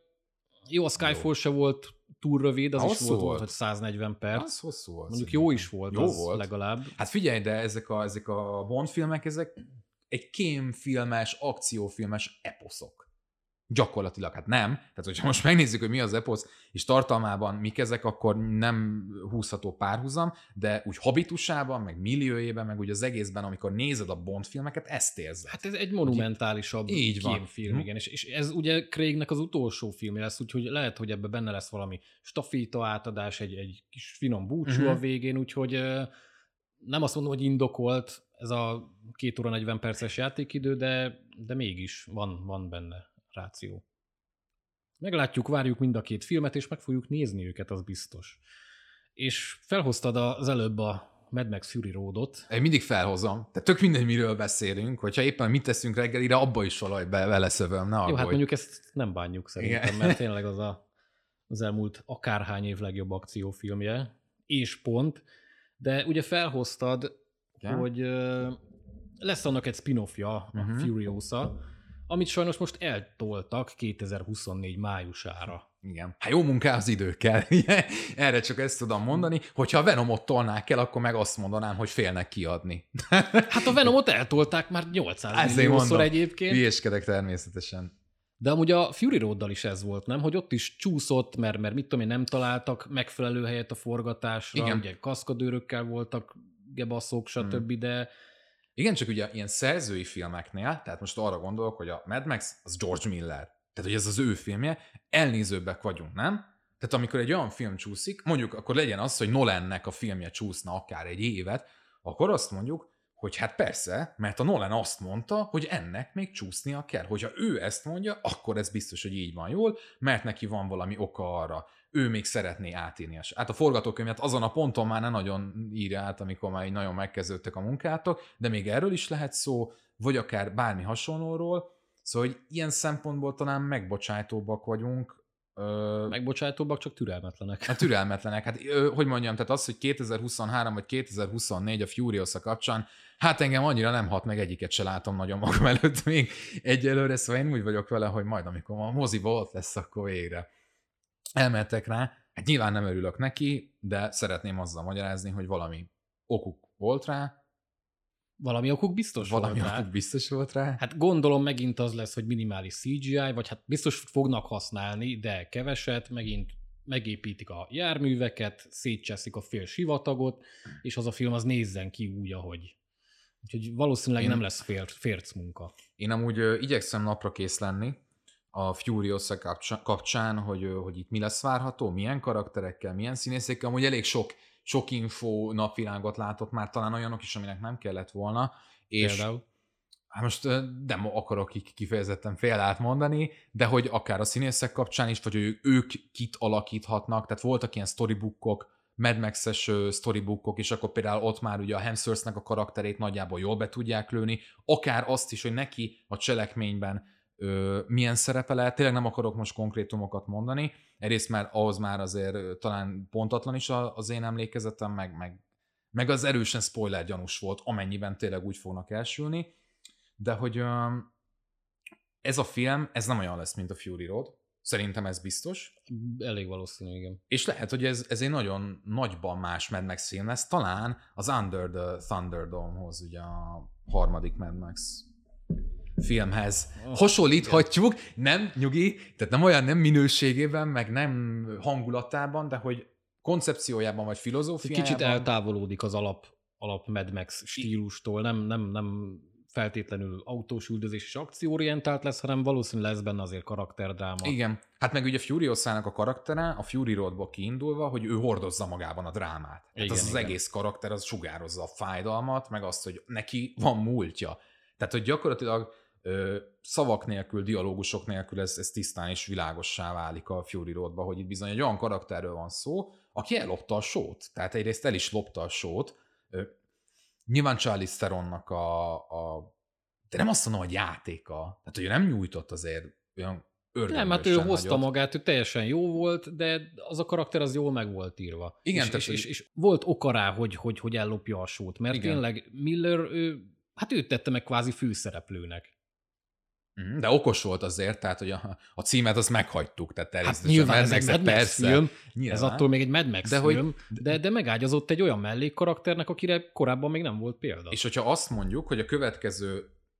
Speaker 1: jó, a Skyfall jó. se volt túl rövid, az is volt, volt, hogy száznegyven perc.
Speaker 2: Az hosszú volt.
Speaker 1: Mondjuk jó is volt, jó az volt. legalább.
Speaker 2: Hát figyelj, de ezek a, ezek a Bond filmek, ezek egy kémfilmes, akciófilmes eposzok. Gyakorlatilag hát nem. Tehát, hogyha most megnézzük, hogy mi az eposz, és tartalmában mik ezek, akkor nem húzható párhuzam, de úgy habitusában, meg milliójében, meg úgy az egészben, amikor nézed a Bond filmeket, ezt érzed.
Speaker 1: Hát ez egy monumentálisabb
Speaker 2: így van.
Speaker 1: kémfilm,
Speaker 2: Hm.
Speaker 1: igen. És, és ez ugye Craignek az utolsó filmje lesz, úgyhogy lehet, hogy ebben benne lesz valami staféta átadás, egy, egy kis finom búcsú
Speaker 2: Mhm.
Speaker 1: a végén, úgyhogy nem azt mondom, hogy indokolt ez a két óra negyven perces játékidő, de, de mégis van, van benne ráció. Meglátjuk, várjuk mind a két filmet, és meg fogjuk nézni őket, az biztos. És felhoztad az előbb a Mad Max Fury Roadot.
Speaker 2: Én mindig felhozom. Tehát tök mindegy, miről beszélünk, hogyha éppen mit teszünk reggelire, abba is valahogy be, beleszövöm. Ne
Speaker 1: Jó,
Speaker 2: aggódj.
Speaker 1: hát mondjuk ezt nem bánjuk szerintem,
Speaker 2: Igen.
Speaker 1: mert tényleg az a, az elmúlt akárhány év legjobb akciófilmje, és pont. De ugye felhoztad,
Speaker 2: Igen.
Speaker 1: hogy ö, lesz annak egy spin-offja, a
Speaker 2: Mhm.
Speaker 1: Furiosa, amit sajnos most eltoltak kétezer-huszonnégy májusára.
Speaker 2: Igen. Hát jó munká az idő kell. Erre csak ezt tudom mondani. Hogyha a Venomot tolnák el, akkor meg azt mondanám, hogy félnek kiadni.
Speaker 1: Hát a Venomot eltolták már nyolcszáz
Speaker 2: Ezért
Speaker 1: milliószor
Speaker 2: mondom.
Speaker 1: egyébként.
Speaker 2: Hülyéskedek természetesen.
Speaker 1: De amúgy a Fury Roaddal is ez volt, nem? Hogy ott is csúszott, mert, mert mit tudom én, nem találtak megfelelő helyet a forgatásra,
Speaker 2: Igen.
Speaker 1: ugye kaszkadőrökkel voltak gebaszok, stb.,
Speaker 2: Hmm.
Speaker 1: de
Speaker 2: Igen, csak ugye ilyen szerzői filmeknél, tehát most arra gondolok, hogy a Mad Max az George Miller. Tehát, hogy ez az ő filmje, elnézőbbek vagyunk, nem? Tehát amikor egy olyan film csúszik, mondjuk akkor legyen az, hogy Nolannek a filmje csúszna akár egy évet, akkor azt mondjuk, hogy hát persze, mert a Nolan azt mondta, hogy ennek még csúsznia kell. Hogyha ő ezt mondja, akkor ez biztos, hogy így van jól, mert neki van valami oka arra. Ő még szeretné átírni. Hát a forgatókönyvet azon a ponton már nem nagyon írja át, amikor már így nagyon megkezdődtek a munkátok, de még erről is lehet szó, vagy akár bármi hasonlóról. Szóval, hogy ilyen szempontból talán megbocsájtóbbak vagyunk. Ö,
Speaker 1: megbocsátóbbak, csak türelmetlenek.
Speaker 2: A türelmetlenek. Hát, ö, hogy mondjam, tehát az, hogy kétezer-huszonhárom vagy kétezer-huszonnégy a Furiosa kapcsán, hát engem annyira nem hat meg, egyiket se látom nagyon magam előtt még egyelőre, szóval én úgy vagyok vele, hogy majd amikor a moziba ott lesz, akkor végre elmentek rá. Hát nyilván nem örülök neki, de szeretném azzal magyarázni, hogy valami okuk volt rá,
Speaker 1: Valami okuk biztos
Speaker 2: valami
Speaker 1: volt rá.
Speaker 2: okuk biztos volt rá.
Speaker 1: Hát gondolom megint az lesz, hogy minimális cé gé í, vagy hát biztos fognak használni, de keveset, megint megépítik a járműveket, szétcseszik a fél sivatagot, és az a film az nézzen ki úgy, ahogy. Úgyhogy valószínűleg
Speaker 2: Én-
Speaker 1: nem lesz fér, férc munka.
Speaker 2: Én amúgy ö, igyekszem napra kész lenni a Furiosa kapcsán, kapcsán hogy, ö, hogy itt mi lesz várható, milyen karakterekkel, milyen színészekkel. Amúgy elég sok, sok info napvilágot látott már, talán olyanok is, aminek nem kellett volna. És
Speaker 1: Például.
Speaker 2: hát most ö, nem akarok ki- kifejezetten fél mondani, de hogy akár a színészek kapcsán is, vagy hogy ők kit alakíthatnak, tehát voltak ilyen storybookok, Mad Max-es ö, storybookok, és akkor például ott már ugye a Hemsworthnek a karakterét nagyjából jól be tudják lőni, akár azt is, hogy neki a cselekményben ö, milyen szerepe lehet. Tényleg nem akarok most konkrétumokat mondani, egyrészt már ahhoz már azért ö, talán pontatlan is a, az én emlékezetem, meg, meg, meg az erősen spoiler gyanús volt, amennyiben tényleg úgy fognak elsülni, de hogy ö, ez a film, ez nem olyan lesz, mint a Fury Road. Szerintem ez biztos.
Speaker 1: Elég valószínű, igen.
Speaker 2: És lehet, hogy ez, ez egy nagyon nagyban más Mad Max film lesz, talán az Under the Thunderdome-hoz, ugye a harmadik Mad Max filmhez
Speaker 1: Oh,
Speaker 2: hasonlíthatjuk, nem, nyugi, tehát nem olyan nem minőségében, meg nem hangulatában, de hogy koncepciójában vagy filozófiájában.
Speaker 1: Kicsit eltávolódik az alap, alap Mad Max stílustól, nem, nem, nem feltétlenül autós üldözés és akcióorientált lesz, hanem valószínűleg lesz benne azért karakterdráma.
Speaker 2: Igen. Hát meg ugye Furiosának a karaktere, a Fury Roadból kiindulva, hogy ő hordozza magában a drámát. Tehát
Speaker 1: Igen,
Speaker 2: az az
Speaker 1: igen.
Speaker 2: egész karakter, az sugározza a fájdalmat, meg azt, hogy neki van múltja. Tehát, hogy gyakorlatilag ö, szavak nélkül, dialógusok nélkül ez, ez tisztán és világossá válik a Fury Roadba, hogy itt bizony egy olyan karakterről van szó, aki ellopta a sót. Tehát egyrészt el is lopta a sót. Ö, nyilván Charlize Theronnak a, a... De nem azt mondom, hogy játéka. Tehát, hogy ő nem nyújtott azért olyan
Speaker 1: Nem, hát ő
Speaker 2: örvendősen
Speaker 1: hozta
Speaker 2: nagyot.
Speaker 1: magát, ő teljesen jó volt, de az a karakter az jól meg volt írva.
Speaker 2: Igen,
Speaker 1: és,
Speaker 2: tehát,
Speaker 1: és, és,
Speaker 2: hogy-
Speaker 1: és volt oka rá, hogy, hogy, hogy ellopja a sót, mert
Speaker 2: Igen.
Speaker 1: tényleg Miller, ő, hát őt tette meg kvázi főszereplőnek.
Speaker 2: Mhm, de okos volt azért, tehát hogy a, a címet azt meghagytuk, tehát
Speaker 1: Hát
Speaker 2: természetesen
Speaker 1: nyilván ez egy
Speaker 2: Mad
Speaker 1: Mad Max
Speaker 2: persze,
Speaker 1: film,
Speaker 2: nyilván.
Speaker 1: ez attól még egy Mad Max
Speaker 2: De hogy-
Speaker 1: film, de, de megágyazott egy olyan mellékkarakternek, akire korábban még nem volt példa.
Speaker 2: És hogyha azt mondjuk, hogy a következő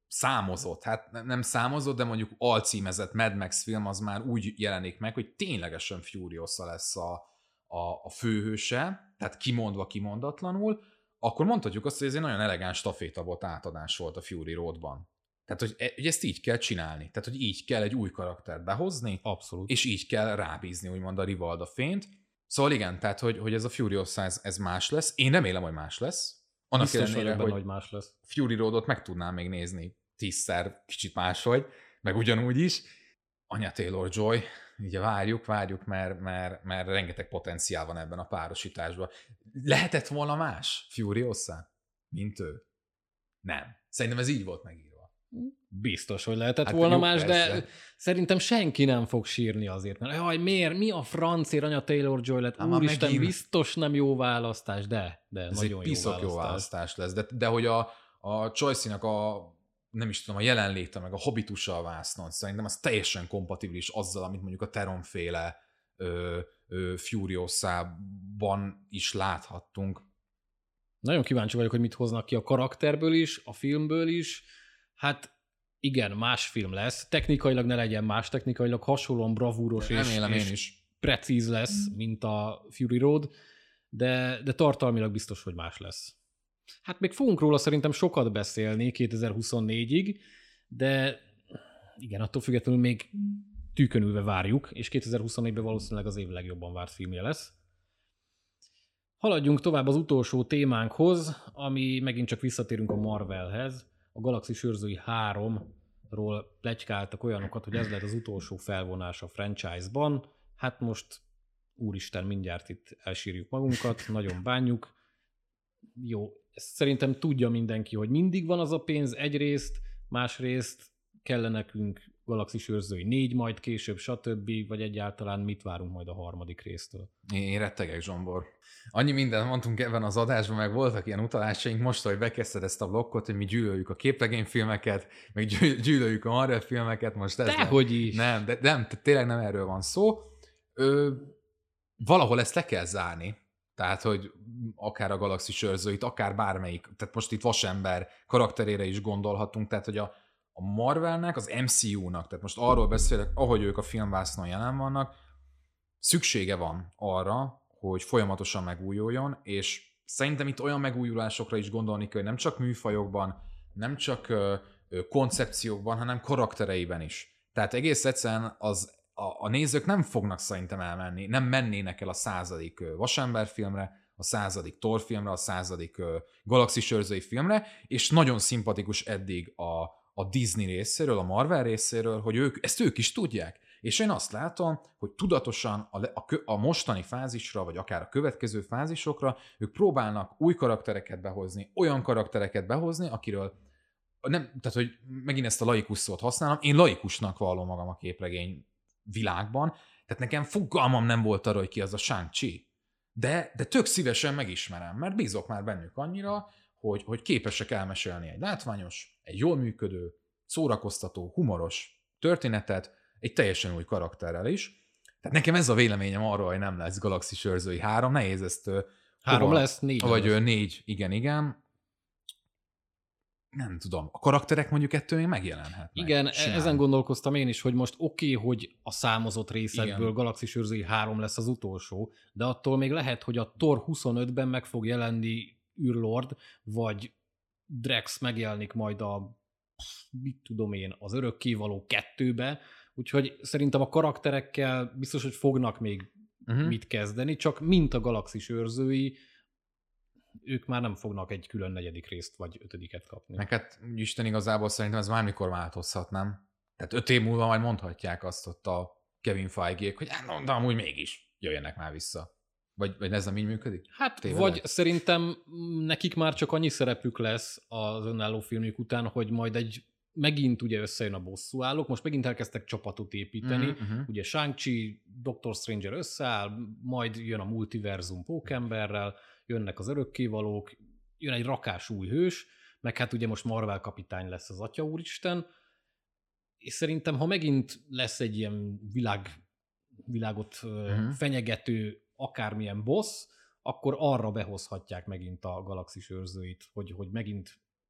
Speaker 2: számozott, hát nem számozott, de mondjuk alcímezett Mad Max film az már úgy jelenik meg, hogy ténylegesen Furiosa lesz a, a, a főhőse, tehát kimondva kimondatlanul, akkor mondhatjuk azt, hogy ez egy nagyon elegáns stafétabot átadás volt a Fury Roadban. Tehát, hogy, hogy ezt így kell csinálni. Tehát, hogy így kell egy új karaktert behozni,
Speaker 1: abszolút.
Speaker 2: És így kell rábízni, úgymond a Rivalda fényt. Szóval igen, tehát, hogy, hogy ez a Furiosa, ez, ez más lesz. Én remélem, hogy más lesz. Annak
Speaker 1: Biztos
Speaker 2: ellenére,
Speaker 1: benne,
Speaker 2: hogy,
Speaker 1: hogy más lesz.
Speaker 2: Fury Roadot meg tudnám még nézni tízszer, kicsit máshogy, meg ugyanúgy is. Anya Taylor-Joy, ugye várjuk, várjuk, mert, mert, mert rengeteg potenciál van ebben a párosításban. Lehetett volna más Furiosa, mint ő? Nem. Szerintem ez így volt megírva.
Speaker 1: Biztos, hogy lehetett
Speaker 2: hát
Speaker 1: volna
Speaker 2: jó,
Speaker 1: más,
Speaker 2: persze.
Speaker 1: De szerintem senki nem fog sírni azért, mert jaj, miért? Mi a francér Anya Taylor-Joy lett?
Speaker 2: Ám
Speaker 1: Úristen,
Speaker 2: megint...
Speaker 1: biztos nem jó választás, de, de
Speaker 2: ez
Speaker 1: nagyon
Speaker 2: egy
Speaker 1: jó
Speaker 2: piszok
Speaker 1: választás.
Speaker 2: jó választás lesz, de, de hogy a, a Choice-nak a nem is tudom, a jelenléte, meg a habitusa a vásznon, szerintem az teljesen kompatibilis azzal, amit mondjuk a Teron-féle ö, ö, Furiosában is láthattunk.
Speaker 1: Nagyon kíváncsi vagyok, hogy mit hoznak ki a karakterből is, a filmből is. Hát igen, más film lesz. Technikailag ne legyen más, technikailag hasonlóan bravúros és,
Speaker 2: Remélem én
Speaker 1: és
Speaker 2: is.
Speaker 1: precíz lesz, mint a Fury Road, de, de tartalmilag biztos, hogy más lesz. Hát még fogunk róla szerintem sokat beszélni kétezer-huszonnégyig, de igen, attól függetlenül még tűkönülve várjuk, és kétezer-huszonnégyben valószínűleg az év legjobban várt filmje lesz. Haladjunk tovább az utolsó témánkhoz, ami megint csak visszatérünk a Marvelhez. A Galaxis őrzői háromról pletykáltak olyanokat, hogy ez lett az utolsó felvonás a franchise-ban. Hát most, úristen, mindjárt itt elsírjuk magunkat, nagyon bánjuk. Jó, ezt szerintem tudja mindenki, hogy mindig van az a pénz egyrészt, másrészt kellene nekünk Galaxis őrzői négy, majd később, stb., vagy egyáltalán mit várunk majd a harmadik résztől.
Speaker 2: Én rettegek, Zsombor. Annyi mindent mondtunk ebben az adásban, meg voltak ilyen utalásaink most, hogy bekezdted ezt a blokkot, hogy mi gyűlöljük a képregényfilmeket, meg gyűlöljük a Marvel filmeket, most ez
Speaker 1: Dehogy is!
Speaker 2: Nem, de nem, tényleg nem erről van szó. Ö, valahol ezt le kell zárni. Tehát, hogy akár a Galaxis őrzőit, akár bármelyik, tehát most itt Vasember karakterére is gondolhatunk, tehát, hogy a a Marvelnek, az em cé u-nak, tehát most arról beszélek, ahogy ők a filmvásznon jelen vannak, szüksége van arra, hogy folyamatosan megújuljon, és szerintem itt olyan megújulásokra is gondolni kell, hogy nem csak műfajokban, nem csak ö, ö, koncepciókban, hanem karaktereiben is. Tehát egész egyszerűen az, a, a nézők nem fognak szerintem elmenni, nem mennének el a századik ö, Vasember filmre, a századik Thor filmre, a századik ö, Galaxis őrzői filmre, és nagyon szimpatikus eddig a a Disney részéről, a Marvel részéről, hogy ők, ezt ők is tudják. És én azt látom, hogy tudatosan a, a, a mostani fázisra, vagy akár a következő fázisokra, ők próbálnak új karaktereket behozni, olyan karaktereket behozni, akiről nem, tehát, hogy megint ezt a laikus szót használom, én laikusnak vallom magam a képregény világban, tehát nekem fogalmam nem volt arra, hogy ki az a Shang-Chi. De, de tök szívesen megismerem, mert bízok már bennük annyira, Hogy, hogy képesek elmesélni egy látványos, egy jól működő, szórakoztató, humoros történetet, egy teljesen új karakterrel is. Tehát nekem ez a véleményem arról, hogy nem lesz Galaxis őrzői három, nehéz ezt...
Speaker 1: Három
Speaker 2: hova,
Speaker 1: lesz, négy
Speaker 2: Vagy
Speaker 1: lesz.
Speaker 2: négy, igen, igen. Nem tudom, a karakterek mondjuk ettől még megjelenhetnek.
Speaker 1: Igen,
Speaker 2: Simán.
Speaker 1: Ezen gondolkoztam én is, hogy most oké, okay, hogy a számozott részekből
Speaker 2: Igen.
Speaker 1: Galaxis őrzői három lesz az utolsó, de attól még lehet, hogy a Thor huszonötben meg fog jelenni űrlord, vagy Drax megjelenik majd a, mit tudom én, az örökkévaló kettőbe, úgyhogy szerintem a karakterekkel biztos, hogy fognak még uh-huh. mit kezdeni, csak mint a Galaxis őrzői, ők már nem fognak egy külön negyedik részt vagy ötödiket kapni.
Speaker 2: Meg hát Isten igazából szerintem ez bármikor változhat, nem? Tehát öt év múlva majd mondhatják azt ott a Kevin Feige-ék, hogy hát, de amúgy mégis jöjjenek már vissza. Vagy, vagy ez nem így működik?
Speaker 1: Hát,
Speaker 2: Tévedek?
Speaker 1: vagy szerintem nekik már csak annyi szerepük lesz az önálló filmjük után, hogy majd egy megint ugye összejön a bosszúállók, most megint elkezdtek csapatot építeni,
Speaker 2: uh-huh.
Speaker 1: ugye Shang-Chi, Doctor Stranger összeáll, majd jön a multiverzum Pókemberrel, jönnek az örökkévalók, jön egy rakás új hős, meg hát ugye most Marvel kapitány lesz az Atya Úristen, és szerintem, ha megint lesz egy ilyen világ, világot uh-huh. fenyegető akármilyen boss, akkor arra behozhatják megint a Galaxis őrzőit, hogy, hogy megint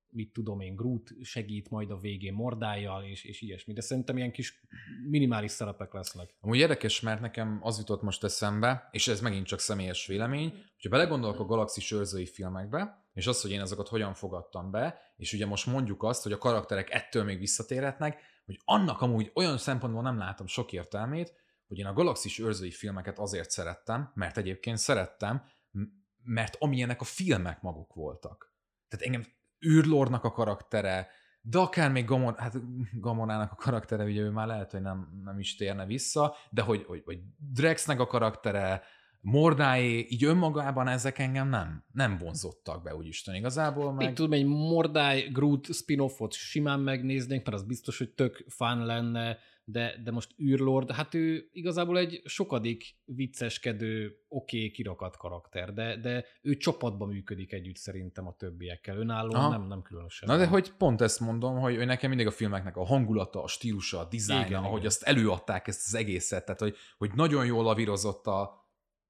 Speaker 1: mit tudom én, Groot segít majd a végén Mordájjal, és, és ilyesmi. De szerintem ilyen kis minimális szerepek lesznek.
Speaker 2: Amúgy érdekes, mert nekem az jutott most eszembe, és ez megint csak személyes vélemény, hogyha belegondolok a Galaxis őrzői filmekbe, és azt, hogy én azokat hogyan fogadtam be, és ugye most mondjuk azt, hogy a karakterek ettől még visszatérhetnek, hogy annak amúgy olyan szempontból nem látom sok értelmét, hogy én a Galaxis őrzői filmeket azért szerettem, mert egyébként szerettem, mert amilyenek a filmek maguk voltak. Tehát engem űrlordnak a karaktere, de akár még Gamor, hát Gamorának a karaktere, ugye ő már lehet, hogy nem, nem is térne vissza, de hogy, hogy, hogy Drexnek a karaktere, Mordáé, így önmagában ezek engem nem, nem vonzottak be, úgyisten igazából. Meg...
Speaker 1: Még tudom, egy Mordály Groot spin-offot simán megnéznénk, mert az biztos, hogy tök fán lenne, de, de most űrlord, hát ő igazából egy sokadik vicceskedő, oké, okay, kirakat karakter, de, de ő csapatban működik együtt szerintem a többiekkel. Önállóan nem, nem különösen.
Speaker 2: Na de hogy pont ezt mondom, hogy, hogy nekem mindig a filmeknek a hangulata, a stílusa, a dizájnja, ahogy igen. Azt előadták ezt az egészet, tehát hogy, hogy nagyon jól lavírozott a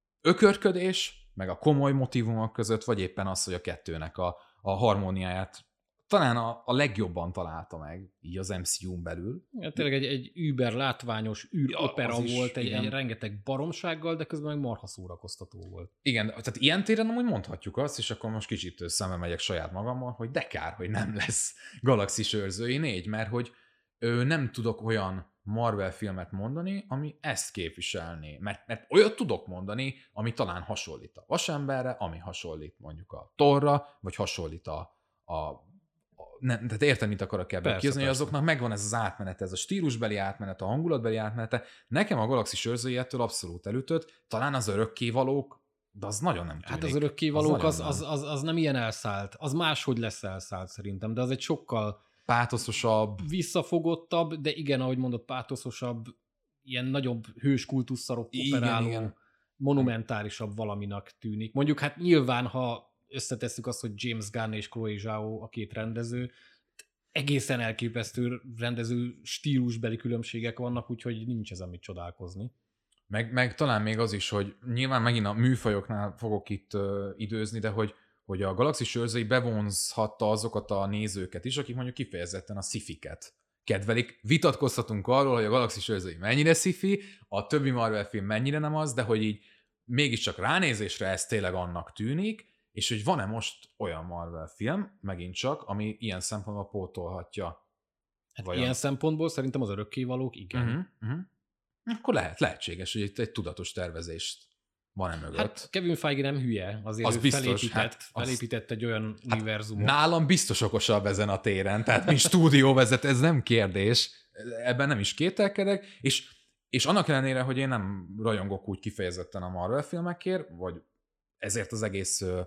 Speaker 2: ökörködés, meg a komoly motivumok között, vagy éppen az, hogy a kettőnek a, a harmóniáját talán a, a legjobban találta meg, így az em cé u-n belül.
Speaker 1: Ja, tényleg egy, egy über látványos űropera ja, volt, egy, egy rengeteg baromsággal, de közben meg marha szórakoztató volt.
Speaker 2: Igen, tehát ilyen téren amúgy mondhatjuk azt, és akkor most kicsit szembe megyek saját magammal, hogy de kár, hogy nem lesz Galaxis őrzői négy, mert hogy ő nem tudok olyan Marvel filmet mondani, ami ezt képviselné. Mert, mert olyat tudok mondani, ami talán hasonlít a Vasemberre, ami hasonlít mondjuk a Thorra, vagy hasonlít a, a, a nem, tehát értem, mit akarok ebből kihozni, hogy azoknak megvan ez az átmenet, ez a stílusbeli átmenet, a hangulatbeli átmenete. Nekem a Galaxis őrzői ettől abszolút elütött, talán az örökkévalók, de az nagyon nem tűnik.
Speaker 1: Hát az örökkévalók az, az, az, az, az nem ilyen elszállt, az máshogy lesz elszállt szerintem, de az egy sokkal
Speaker 2: pátoszosabb.
Speaker 1: Visszafogottabb, de igen, ahogy mondott, pátoszosabb, ilyen nagyobb hőskultusszal operáló, igen, igen. monumentálisabb valaminak tűnik. Mondjuk hát nyilván, ha összetesszük azt, hogy James Gunn és Chloe Zhao a két rendező, egészen elképesztő rendező stílusbeli különbségek vannak, úgyhogy nincs ezen mit csodálkozni.
Speaker 2: Meg, meg talán még az is, hogy nyilván megint a műfajoknál fogok itt uh, időzni, de hogy hogy a Galaxis őrzői bevonzhatta azokat a nézőket is, akik mondjuk kifejezetten a sci-fiket kedvelik. Vitatkozhatunk arról, hogy a Galaxis őrzői mennyire sci-fi, a többi Marvel film mennyire nem az, de hogy így mégiscsak ránézésre ez tényleg annak tűnik, és hogy van-e most olyan Marvel film, megint csak, ami ilyen szempontból pótolhatja.
Speaker 1: Hát ilyen szempontból szerintem az örökkévalók igen.
Speaker 2: Uh-huh, uh-huh. Akkor lehet, lehetséges, hogy itt egy tudatos tervezést van-e mögött.
Speaker 1: Hát Kevin Feige nem hülye, azért
Speaker 2: az biztos,
Speaker 1: felépített,
Speaker 2: hát
Speaker 1: felépített egy olyan hát univerzumot.
Speaker 2: Nálam biztos okosabb ezen a téren, tehát mint stúdióvezető, ez nem kérdés, ebben nem is kételkedek, és, és annak ellenére, hogy én nem rajongok úgy kifejezetten a Marvel filmekért, vagy ezért az egész ö,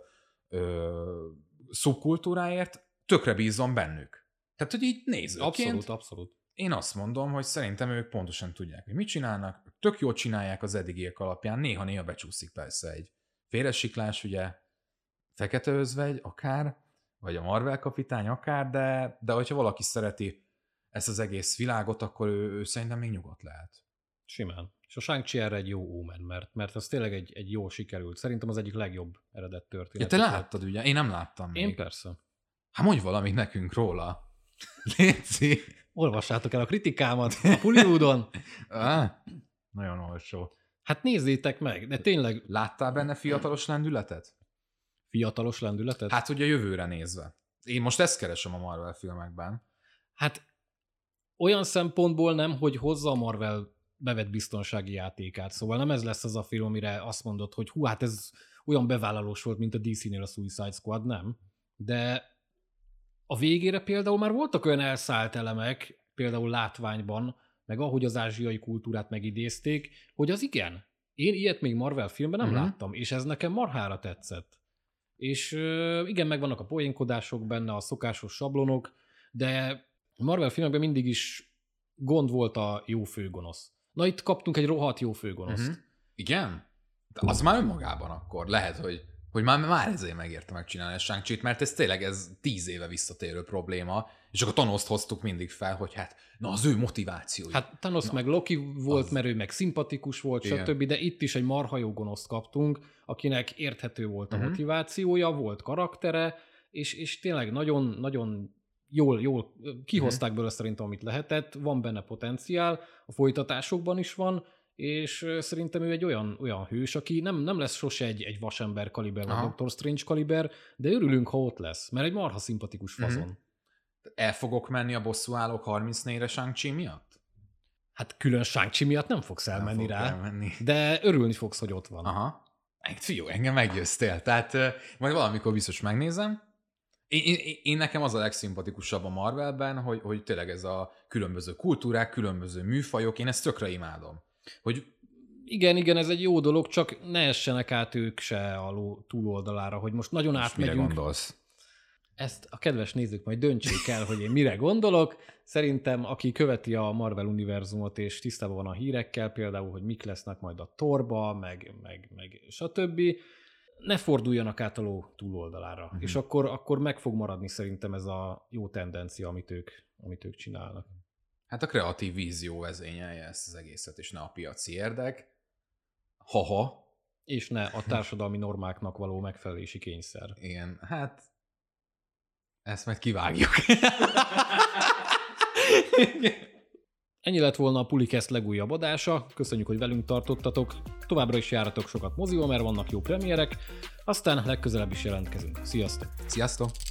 Speaker 2: ö, szubkultúráért, tökre bízom bennük. Tehát, hogy így nézőként.
Speaker 1: Abszolút, abszolút.
Speaker 2: Én azt mondom, hogy szerintem ők pontosan tudják, hogy mit csinálnak, tök jól csinálják az eddigiek alapján, néha-néha becsúszik persze egy félresiklás, ugye, Fekete Özvegy akár, vagy a Marvel kapitány akár, de, de hogyha valaki szereti ezt az egész világot, akkor ő, ő szerintem még nyugodt lehet.
Speaker 1: Simán. És a Shang-Chi erre egy jó ómen, mert, mert ez tényleg egy, egy jól sikerült. Szerintem az egyik legjobb eredet történet.
Speaker 2: Ja, te láttad ugye? Én nem láttam még.
Speaker 1: Én persze.
Speaker 2: Hát mondj valamit nekünk róla. Léci.
Speaker 1: Olvassátok el a kritikámat a Hollywoodon.
Speaker 2: ah, nagyon olcsó.
Speaker 1: Hát nézzétek meg, de tényleg...
Speaker 2: Láttál benne fiatalos lendületet?
Speaker 1: Fiatalos lendületet?
Speaker 2: Hát ugye jövőre nézve. Én most ezt keresem a Marvel filmekben.
Speaker 1: Hát olyan szempontból nem, hogy hozza a Marvel bevett biztonsági játékát. Szóval nem ez lesz az a film, amire azt mondod, hogy hú, hát ez olyan bevállalós volt, mint a dé cé-nél a Suicide Squad, nem. De a végére például már voltak olyan elszállt elemek, például látványban, meg ahogy az ázsiai kultúrát megidézték, hogy az igen. Én ilyet még Marvel filmben nem uh-huh. láttam, és ez nekem marhára tetszett. És igen, megvannak a poénkodások benne, a szokásos sablonok, de a Marvel filmekben mindig is gond volt a jó főgonosz. Na itt kaptunk egy rohadt jó főgonoszt. Uh-huh.
Speaker 2: Igen? De az már önmagában akkor lehet, hogy hogy már, már ezért megérte megcsinálni a Shang-Chi-t, mert ez tényleg ez tíz éve visszatérő probléma, és akkor Thanost hoztuk mindig fel, hogy hát, na az ő motivációja.
Speaker 1: Hát Thanos na, meg Loki volt, az... mert ő meg szimpatikus volt, igen. stb., de itt is egy marha jó gonoszt kaptunk, akinek érthető volt a uh-huh. motivációja, volt karaktere, és, és tényleg nagyon, nagyon jól, jól kihozták belőle szerintem, amit lehetett, van benne potenciál, a folytatásokban is van, és szerintem ő egy olyan, olyan hős, aki nem, nem lesz sose egy, egy vasember kaliber, vagy doktor Strange kaliber, de örülünk, ha ott lesz, mert egy marha szimpatikus fazon. Mm-hmm.
Speaker 2: El fogok menni a bosszúállók harmincnégyre Shang-Chi miatt?
Speaker 1: Hát külön Shang-Chi miatt nem fogsz elmenni nem rá, elmenni. De örülni fogsz, hogy ott van.
Speaker 2: Aha. Fiú, engem meggyőztél. Tehát uh, majd valamikor biztos megnézem. Én, én, én nekem az a legszimpatikusabb a Marvelben, hogy, hogy tényleg ez a különböző kultúrák, különböző műfajok, én ezt tökre imádom. Hogy...
Speaker 1: Igen, igen, ez egy jó dolog, csak ne essenek át ők se a ló túloldalára, hogy most nagyon most átmegyünk.
Speaker 2: Mire gondolsz?
Speaker 1: Ezt a kedves nézők majd döntsék el, hogy én mire gondolok. Szerintem, aki követi a Marvel univerzumot és tisztában van a hírekkel, például, hogy mik lesznek majd a Thorba, meg, meg, meg stb., ne forduljanak át a ló túloldalára. Uh-huh. És akkor, akkor meg fog maradni szerintem ez a jó tendencia, amit ők, amit ők csinálnak.
Speaker 2: Hát a kreatív vízió vezényelje ezt az egészet, és ne a piaci érdek. Haha.
Speaker 1: És ne a társadalmi normáknak való megfelelési kényszer.
Speaker 2: Igen, hát ezt majd kivágjuk.
Speaker 1: Ennyi lett volna a Pulikest legújabb adása. Köszönjük, hogy velünk tartottatok. Továbbra is járatok sokat moziba, mert vannak jó premierek. Aztán legközelebb is jelentkezünk. Sziasztok!
Speaker 2: Sziasztok!